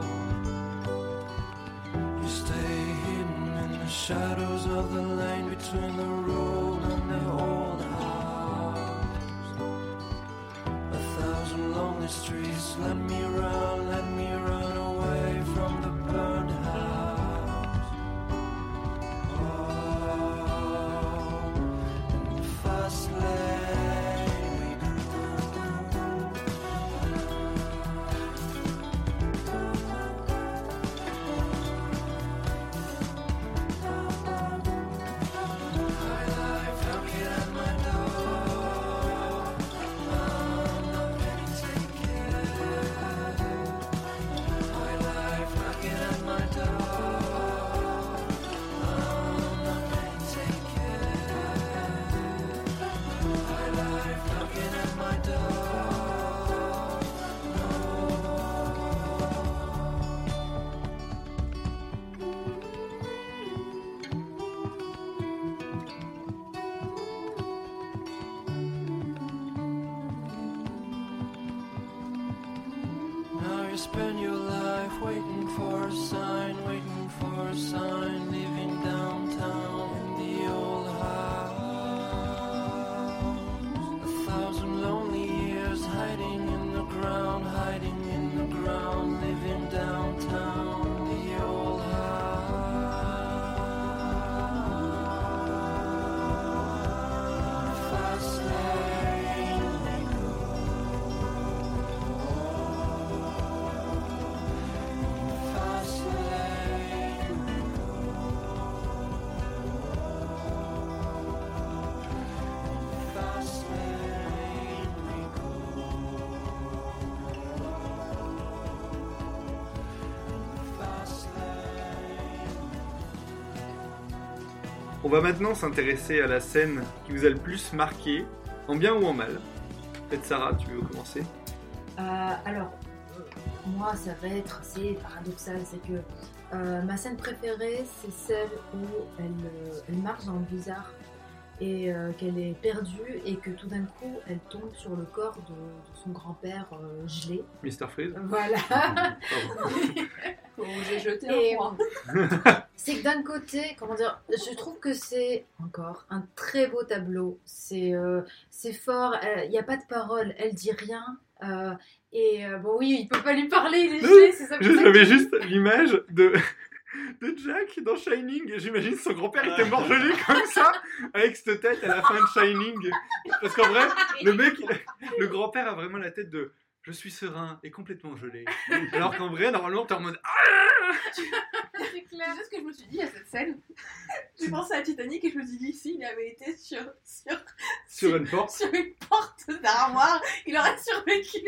You stay hidden in the shadows of the lane between the road and the old house. A thousand lonely lonely streets. Let me run, let me run away from the burned house. Oh, in the fast lane we go. High life knocking at my door. I'm not ready to take it. High life knocking at my door. I'm not ready to take it. High life knocking at my door. Now you spend your life waiting for a sign, waiting for a sign, living downtown in the old house. A thousand lonely years hiding in the ground, hiding in the ground, living downtown in the old house. Fast lane we go. Fast lane we go. Fast lane we go. Fast lane. On va maintenant s'intéresser à la scène qui vous a le plus marqué, en bien ou en mal. Peut-être Sarah, tu veux commencer? Euh, alors, euh, moi, ça va être assez paradoxal. C'est que euh, ma scène préférée, c'est celle où elle, euh, elle marche dans le blizzard et euh, qu'elle est perdue et que tout d'un coup, elle tombe sur le corps de, de son grand-père euh, gelé. mister Freeze. Voilà. Pardon. On vous a jeté Et, un froid. C'est que d'un côté, comment dire, je trouve que c'est encore un très beau tableau. C'est euh, c'est fort, il n'y a pas de parole, elle dit rien. euh, et euh, bon, oui, il peut pas lui parler, il est gelé, c'est ça. Je- J'avais juste l'image de, de Jack dans Shining, et j'imagine son grand-père était mort gelé comme ça, avec cette tête à la fin de Shining. Parce qu'en vrai, le mec, le grand-père a vraiment la tête de « je suis serein et complètement gelé ». Alors qu'en vrai, normalement, t'es en mode « C'est clair. C'est ce que je me suis dit à cette scène. J'ai pensé à Titanic et je me suis dit, si il avait été sur, sur, sur une porte ». sur une porte d'armoire, il aurait survécu.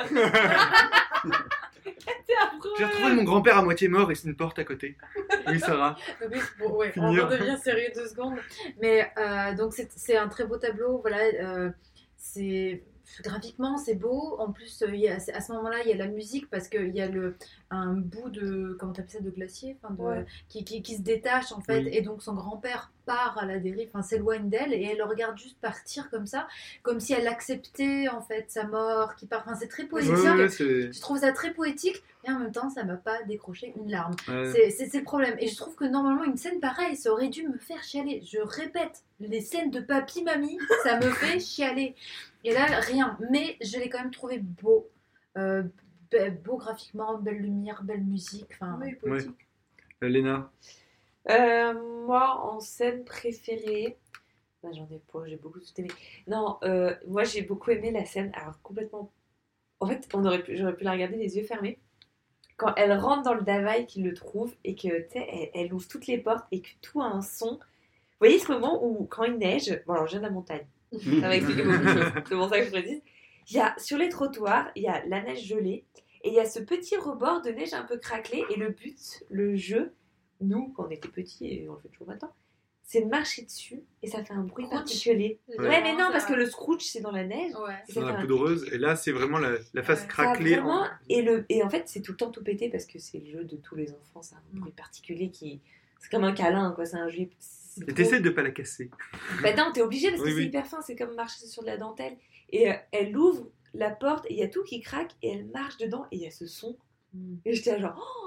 J'ai retrouvé mon grand-père à moitié mort et c'est une porte à côté. Oui, Sarah. Oui, bon, ouais, on Finir. redevient sérieux deux secondes. Mais euh, donc c'est c'est un très beau tableau. Voilà, euh, c'est graphiquement c'est beau. En plus, euh, il y a, à ce moment-là, il y a la musique parce qu'il y a le un bout de comment t'appelles ça de glacier, enfin de, Ouais. qui, qui, qui se détache en fait, Oui. et donc son grand-père part à la dérive, enfin s'éloigne d'elle et elle le regarde juste partir comme ça, comme si elle acceptait en fait sa mort qui part. Enfin c'est très poétique. Ouais, ouais, c'est- Je trouve ça très poétique, mais en même temps, ça m'a pas décroché une larme. Ouais. C'est- C'est c'est le problème. Et je trouve que normalement, une scène pareille, ça aurait dû me faire chialer. Je répète, les scènes de papy-mamie, ça me fait chialer. Et là, rien. Mais je l'ai quand même trouvé beau. Euh, be- beau graphiquement, belle lumière, belle musique. Enfin, Oui, Ouais. poétique. Euh, Léna. Euh, moi, en scène préférée, bah, j'en ai pas, j'ai beaucoup tout aimé. Non, euh, moi j'ai beaucoup aimé la scène, alors complètement. En fait, on aurait pu, j'aurais pu la regarder les yeux fermés. Quand elle rentre dans le Davaï, qu'il le trouve et que tu sais, elle, elle ouvre toutes les portes et que tout a un son. Vous voyez ce moment où, quand il neige, bon, alors je viens de la montagne, ça va expliquer beaucoup de choses, c'est pour ça que je précise. Il y a, sur les trottoirs, il y a la neige gelée et il y a ce petit rebord de neige un peu craquelé. Et le but, le jeu, nous, quand on était petits, et on le fait toujours maintenant, c'est de marcher dessus et ça fait un bruit Scrooge. particulier. Ouais. Ouais, mais non, Ça- parce que le Scrooge, c'est dans la neige. Ouais. Et C'est ça dans fait la un- poudreuse. Et là, c'est vraiment la, la face Ouais. ça a craquelée. vraiment- en- et, le, et en fait, c'est tout le temps tout pété parce que c'est le jeu de tous les enfants. C'est un bruit particulier qui. C'est comme un câlin, quoi. C'est un jeu. c'est Et trop- t'essaies de pas la casser. Bah non, t'es obligé parce que Oui, c'est oui. hyper fin, c'est comme marcher sur de la dentelle. Et euh, elle ouvre la porte et il y a tout qui craque et elle marche dedans et il y a ce son. Et j'étais là genre, oh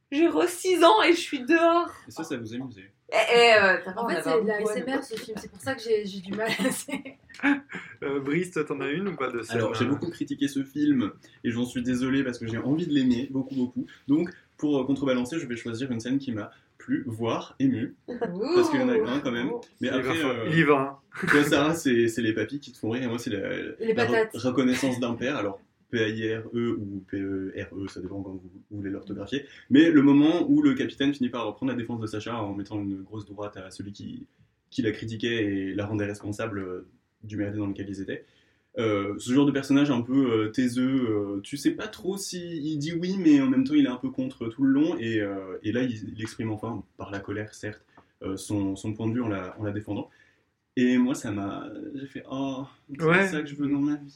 J'ai re six ans et je suis dehors. Et ça, ça vous amusait. Eh, eh, euh, t'as pas En on fait, avait c'est un de la bon S M R ce film, c'est pour ça que j'ai j'ai du mal. C'est- Euh, Brice, toi, t'en as une ou pas de scène Alors, j'ai euh, beaucoup critiqué ce film et j'en suis désolé parce que j'ai envie de l'aimer, beaucoup, beaucoup. Donc, pour euh, contrebalancer, je vais choisir une scène qui m'a plu, voire ému. Parce qu'il y en a un quand même. Mais Il va après, fa- euh, il y va. toi, Sarah, c'est c'est les papis qui te font rire et moi, c'est la, Les la re- patates. reconnaissance d'un père. Alors, P A I R E ou P E R E, ça dépend comment vous, vous voulez l'orthographier. Mais le moment où le capitaine finit par reprendre la défense de Sacha en mettant une grosse droite à celui qui, qui la critiquait et la rendait responsable euh, du merdier dans lequel ils étaient. Euh, ce genre de personnage un peu euh, taiseux, euh, tu sais pas trop s'il dit oui, mais en même temps il est un peu contre tout le long, et, euh, et là il, il exprime enfin, par la colère certes, euh, son, son point de vue en la, en la défendant. Et moi ça m'a... J'ai fait « Oh, c'est Ouais. ça que je veux dans ma vie !»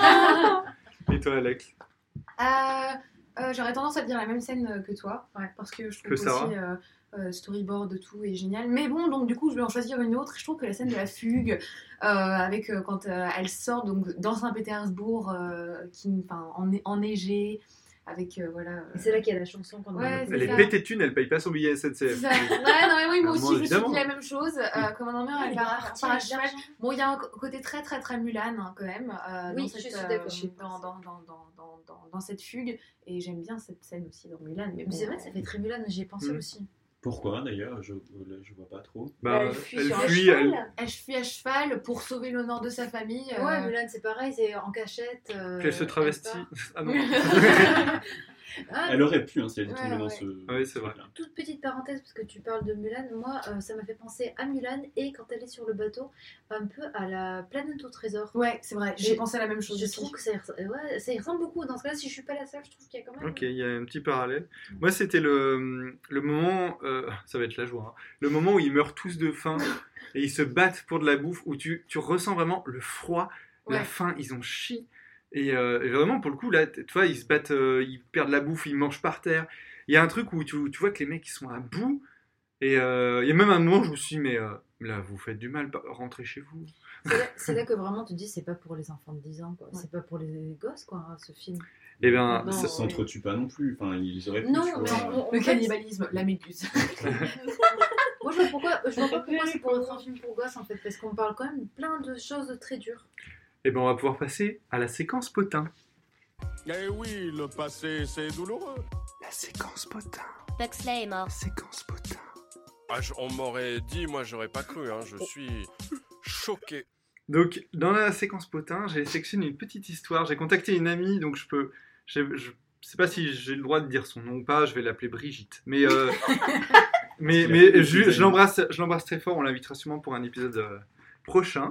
Et toi, Alex? Euh, euh, J'aurais tendance à dire la même scène euh, que toi, ouais, parce que je trouve Que Sarah. aussi euh, euh, storyboard tout est génial. Mais bon, donc du coup, je vais en choisir une autre. Je trouve que la scène de la fugue, euh, avec euh, quand euh, elle sort donc dans Saint-Pétersbourg, euh, qui, enfin, en, enneigé, avec euh, voilà. euh, Et c'est là qu'il y a la chanson qu'on a. Ouais, c'est Elle est ça. pétée de thunes, elle paye pas son billet S N C F. C'est ça. Ouais, non, mais oui, moi Ah, aussi, moi, je me suis évidemment. dit la même chose. Euh, comme un mère, elle Il va va partir partir à à cheval. l'argent. Bon, il y a un co- côté très, très, très Mulan, hein, quand même. euh, Oui, dans je cette, suis euh, d'accord, je suis dans, dans, dans, dans, dans, dans, dans cette fugue. Et j'aime bien cette scène aussi dans Mulan. Mais Mais c'est bon, vrai que ça fait très Mulan, j'y ai pensé Mm. aussi. Pourquoi d'ailleurs? Je, je vois pas trop. Bah, Elle fuit elle sur un fuit, cheval. elle... Elle fuit à cheval pour sauver l'honneur de sa famille. euh, Ouais, Mulan, c'est pareil, c'est en cachette. euh, Puis elle se travestit. part. Ah non. Ah, Elle aurait pu, hein, si elle est Ouais, tombée dans ouais. ce... Oui, c'est vrai. Toute petite parenthèse, parce que tu parles de Mulan, moi, euh, ça m'a fait penser à Mulan et quand elle est sur le bateau, un peu à la planète au trésor. Ouais, c'est vrai, j'ai Je- pensé à la même chose Je aussi. trouve que ça y, res- ouais, ça y ressemble beaucoup. Dans ce cas-là, si je suis pas la seule, je trouve qu'il y a quand même. Ok, il y a un petit parallèle. Moi, c'était le, le moment, euh, ça va être la joie, hein, le moment où ils meurent tous de faim et ils se battent pour de la bouffe, où tu, tu ressens vraiment le froid, la Ouais. faim, ils ont chi. Et, euh, et vraiment, pour le coup, là, t- tu vois, ils se battent, euh, ils perdent la bouffe, ils mangent par terre. Il y a un truc où tu, tu vois que les mecs, ils sont à bout. Et euh, il y a même un moment où je me suis dit, mais euh, là, vous faites du mal, pa- rentrez chez vous. C'est là, c'est là que vraiment tu te dis, c'est pas pour les enfants de dix ans, quoi. C'est pas pour les gosses, quoi, hein, ce film. Eh bien, Non, ça- Ça s'entretue pas non plus, enfin ils auraient pu, Non, tu mais vois. on- on- Le en fait, cannibalisme, la méduse. moi je vois, pourquoi, je vois pas pourquoi c'est pour être un film pour gosses en fait, parce qu'on parle quand même plein de choses très dures. eh ben, on va pouvoir passer à la séquence potin. Eh oui, le passé, c'est douloureux. La séquence potin. Buxley est mort. Séquence potin. Ah, je- on m'aurait dit, moi j'aurais pas cru, hein. Je suis choqué. Donc, dans la séquence potin, j'ai sélectionné une petite histoire. J'ai contacté une amie, donc je peux. j'ai- Je sais pas si j'ai le droit de dire son nom ou pas, je vais l'appeler Brigitte. Mais, euh, mais, Parce qu'il a mais fait des je, petits je l'embrasse je l'embrasse très fort, on l'invitera sûrement pour un épisode euh, prochain.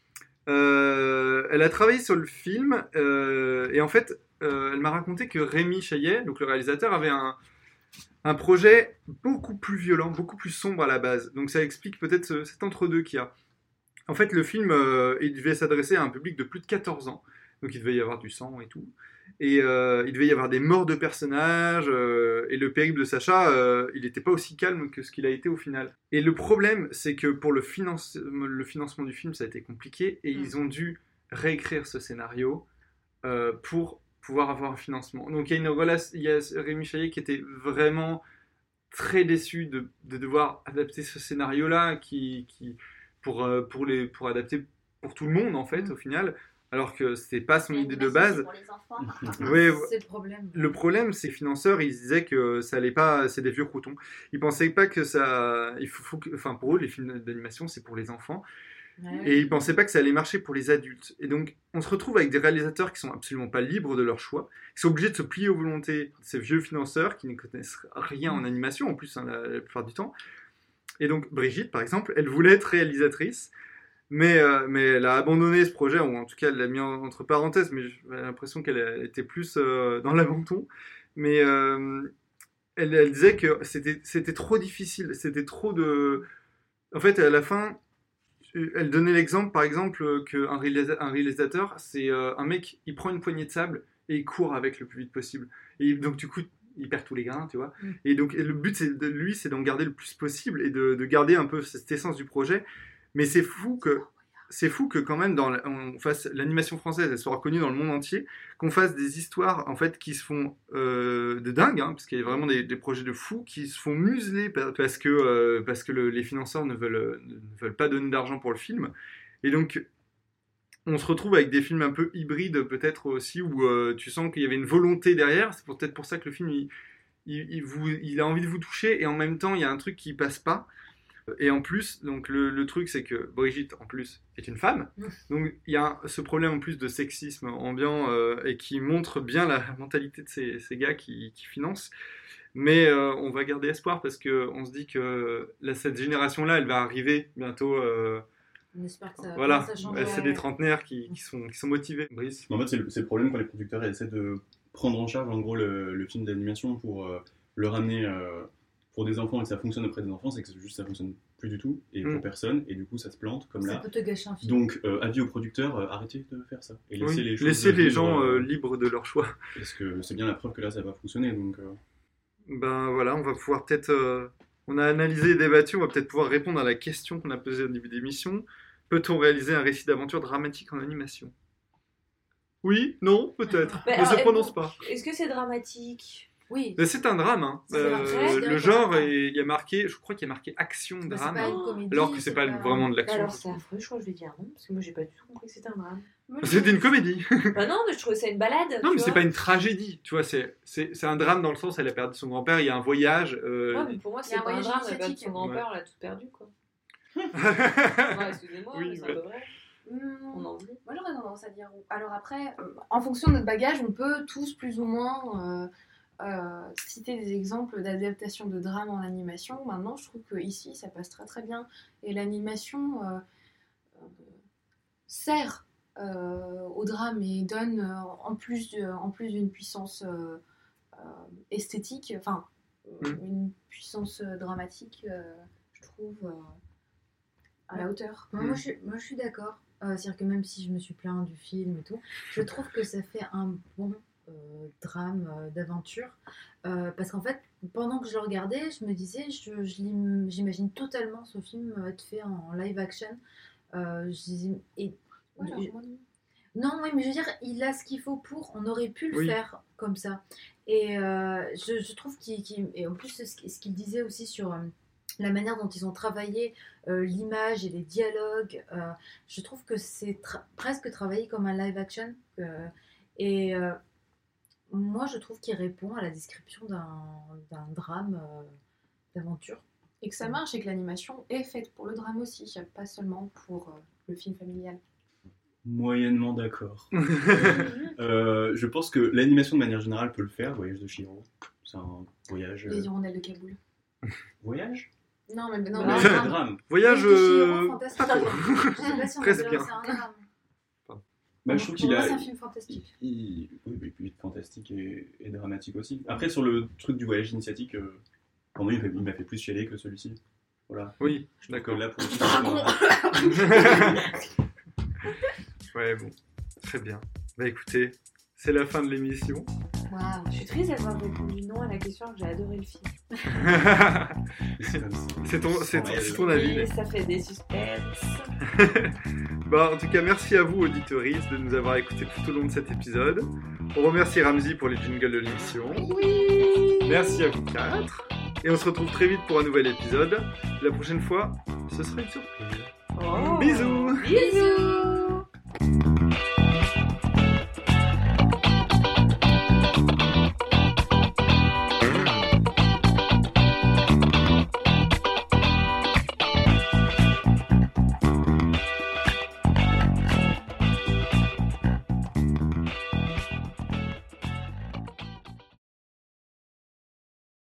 Euh, elle a travaillé sur le film, euh, et en fait, euh, elle m'a raconté que Rémi Chaillet, donc le réalisateur, avait un, un projet beaucoup plus violent, beaucoup plus sombre à la base. Donc ça explique peut-être ce- cet entre-deux qu'il y a. En fait, le film, euh, il devait s'adresser à un public de plus de quatorze ans. Donc il devait y avoir du sang et tout. Et euh, il devait y avoir des morts de personnages. euh, et le périple de Sacha, euh, il n'était pas aussi calme que ce qu'il a été au final. Et le problème, c'est que pour le, finance- le financement du film, ça a été compliqué. Et ils ont dû réécrire ce scénario euh, pour pouvoir avoir un financement. Donc il y a, une relation, il y a Rémi Chaillet qui était vraiment très déçu de, de devoir adapter ce scénario-là qui... qui pour, euh, pour, les, pour adapter pour tout le monde, en fait, au final, alors que c'était pas son idée de base. Pour les enfants. Ouais, C'est le problème. le problème, c'est que les financeurs, ils disaient que ça allait pas, c'est des vieux croutons. Ils pensaient pas que ça, il faut, faut que, enfin pour eux, les films d'animation, c'est pour les enfants. Et ils pensaient pas que ça allait marcher pour les adultes. Et donc, on se retrouve avec des réalisateurs qui sont absolument pas libres de leur choix, qui sont obligés de se plier aux volontés de ces vieux financeurs qui ne connaissent rien en animation, en plus, hein, la, la plupart du temps. Et donc, Brigitte, par exemple, elle voulait être réalisatrice, mais, euh, mais elle a abandonné ce projet, ou en tout cas, elle l'a mis en- entre parenthèses, mais j'ai l'impression qu'elle a- était plus euh, dans l'abandon. Mais euh, elle, elle disait que c'était, c'était trop difficile, c'était trop de... En fait, à la fin, elle donnait l'exemple, par exemple, qu'un réalisa- un réalisateur, c'est euh, un mec, il prend une poignée de sable et il court avec le plus vite possible. Et donc, du coup, il perd tous les grains, tu vois. Mm. Et donc, et le but c'est de lui, c'est d'en garder le plus possible et de, de garder un peu cette essence du projet. Mais c'est fou que c'est fou que quand même dans la- on fasse l'animation française, elle soit reconnue dans le monde entier, qu'on fasse des histoires en fait qui se font euh, de dingue, hein, parce qu'il y a vraiment des, des projets de fous qui se font museler par- parce que euh, parce que le- les financeurs ne veulent ne veulent pas donner d'argent pour le film, et donc on se retrouve avec des films un peu hybrides peut-être aussi où euh, tu sens qu'il y avait une volonté derrière. C'est peut-être pour ça que le film il, il, il vous, il a envie de vous toucher, et en même temps il y a un truc qui passe pas. Et en plus, donc le, le truc c'est que Brigitte en plus est une femme, donc il y a ce problème en plus de sexisme ambiant euh, et qui montre bien la mentalité de ces, ces gars qui, qui financent. Mais euh, on va garder espoir parce que on se dit que là, cette génération-là, elle va arriver bientôt. euh, On espère que ça voilà, commence à changer. Ouais, c'est des trentenaires qui, qui sont, qui sont motivés. Brice. En fait, c'est le, c'est le problème quand les producteurs essaient de prendre en charge en gros le, le film d'animation pour euh, le ramener euh, pour des enfants et que ça fonctionne auprès des enfants, c'est que juste ça fonctionne plus du tout et Mm. pour personne, et du coup ça se plante comme Ça là. peut te gâcher un film. Donc euh, avis aux producteurs, euh, arrêtez de faire ça et laissez Oui, les choses laissez les vivre, gens euh, euh, libres de leur choix. parce que c'est bien la preuve que là ça va fonctionner. Donc euh, Ben voilà, on va pouvoir peut-être. euh, on a analysé et débattu, on va peut-être pouvoir répondre à la question qu'on a posée au début de l'émission. Peut-on réaliser un récit d'aventure dramatique en animation? Oui, non, peut-être. Mais Ne alors, se et prononce pour- pas. Est-ce que c'est dramatique? Oui. Mais c'est un drame, hein. C'est Euh, un vrai, le d'accord. genre, est- il y a marqué, je crois qu'il y a marqué action Bah, c'est drame, pas une comédie, alors que c'est c'est pas, pas- vraiment de Bah l'action. alors c'est affreux, je crois que je vais dire non, parce que moi j'ai pas du tout compris que c'était un drame. C'était une comédie. Bah non, mais je trouvais ça une balade. Non, tu mais c'est vois. pas une tragédie, tu vois, c'est, c'est, c'est un drame dans le sens, elle a perdu son grand-père, il y a un voyage. euh, Ouais, mais pour moi Il y c'est a un pas un voyage drame, elle a perdu initiatique. son grand-père, Ouais. on l'a tout perdu quoi. Ouais, excusez-moi, Oui, mais c'est un mais- peu vrai. On en dit. Moi j'aurais tendance à dire. Alors après, euh, en fonction de notre bagage, on peut tous plus ou moins euh, euh, citer des exemples d'adaptation de drame en animation. Maintenant, je trouve que ici, ça passe très très bien. Et l'animation euh, euh, sert euh, au drame et donne, euh, en plus de- en plus d'une puissance euh, euh, esthétique, enfin euh, Mm. une puissance euh, dramatique, euh, je trouve, euh, à la hauteur. Moi, moi, je, suis- moi, je suis d'accord. Euh, C'est-à-dire que même si je me suis plaint du film et tout, je trouve que ça fait un bon euh, drame euh, d'aventure. Euh, parce qu'en fait, pendant que je le regardais, je me disais, je, je l'im- j'imagine totalement ce film euh, être fait en live action. Euh, je disais- et, Ouais, alors, moi, non. non, oui, mais je veux dire, il a ce qu'il faut pour. On aurait pu le Oui. faire comme ça. Et euh, je, je trouve qu'il. qu'il- et en plus, ce qu'il ce qu'il disait aussi sur euh, la manière dont ils ont travaillé euh, l'image et les dialogues, euh, je trouve que c'est tra- presque travaillé comme un live action. euh, et euh, moi, je trouve qu'il répond à la description d'un d'un drame euh, d'aventure. Et que ça marche et que l'animation est faite pour le drame aussi, pas seulement pour euh, le film familial. moyennement d'accord. Euh, je pense que l'animation de manière générale peut le faire. Voyage de Chihiro, c'est un voyage. euh, Les hirondelles de Kaboul. Voyage. Non, mais non, Non, mais non, C'est non. un drame. Voyage. Voyage de Chihiro, euh, fantastique. pas trop. Je sais pas si on Très appelle bien. ça un drame. Bah, je trouve qu'il Pour moi, a. c'est un film fantastique. il- Oui, et puis fantastique et, et dramatique aussi. Après, sur le truc du voyage initiatique, euh, pour moi, il m'a- il m'a fait plus chialer que celui-ci. Voilà. Oui, Je trouve d'accord. que Là, pour le coup, c'est- Ouais, bon, très bien. Bah écoutez, c'est la fin de l'émission. Waouh, je suis triste d'avoir répondu non à la question que j'ai adoré le film. c'est comme ça. C'est ton, c'est ton, c'est ton Oui, avis. ça fait des suspens. Bah, en tout cas, merci à vous, auditeuristes, de nous avoir écoutés tout au long de cet épisode. On remercie Ramzi pour les jingles de l'émission. Merci à vous quatre. Et on se retrouve très vite pour un nouvel épisode. La prochaine fois, ce sera une surprise. Oh. Bisous. Bisous.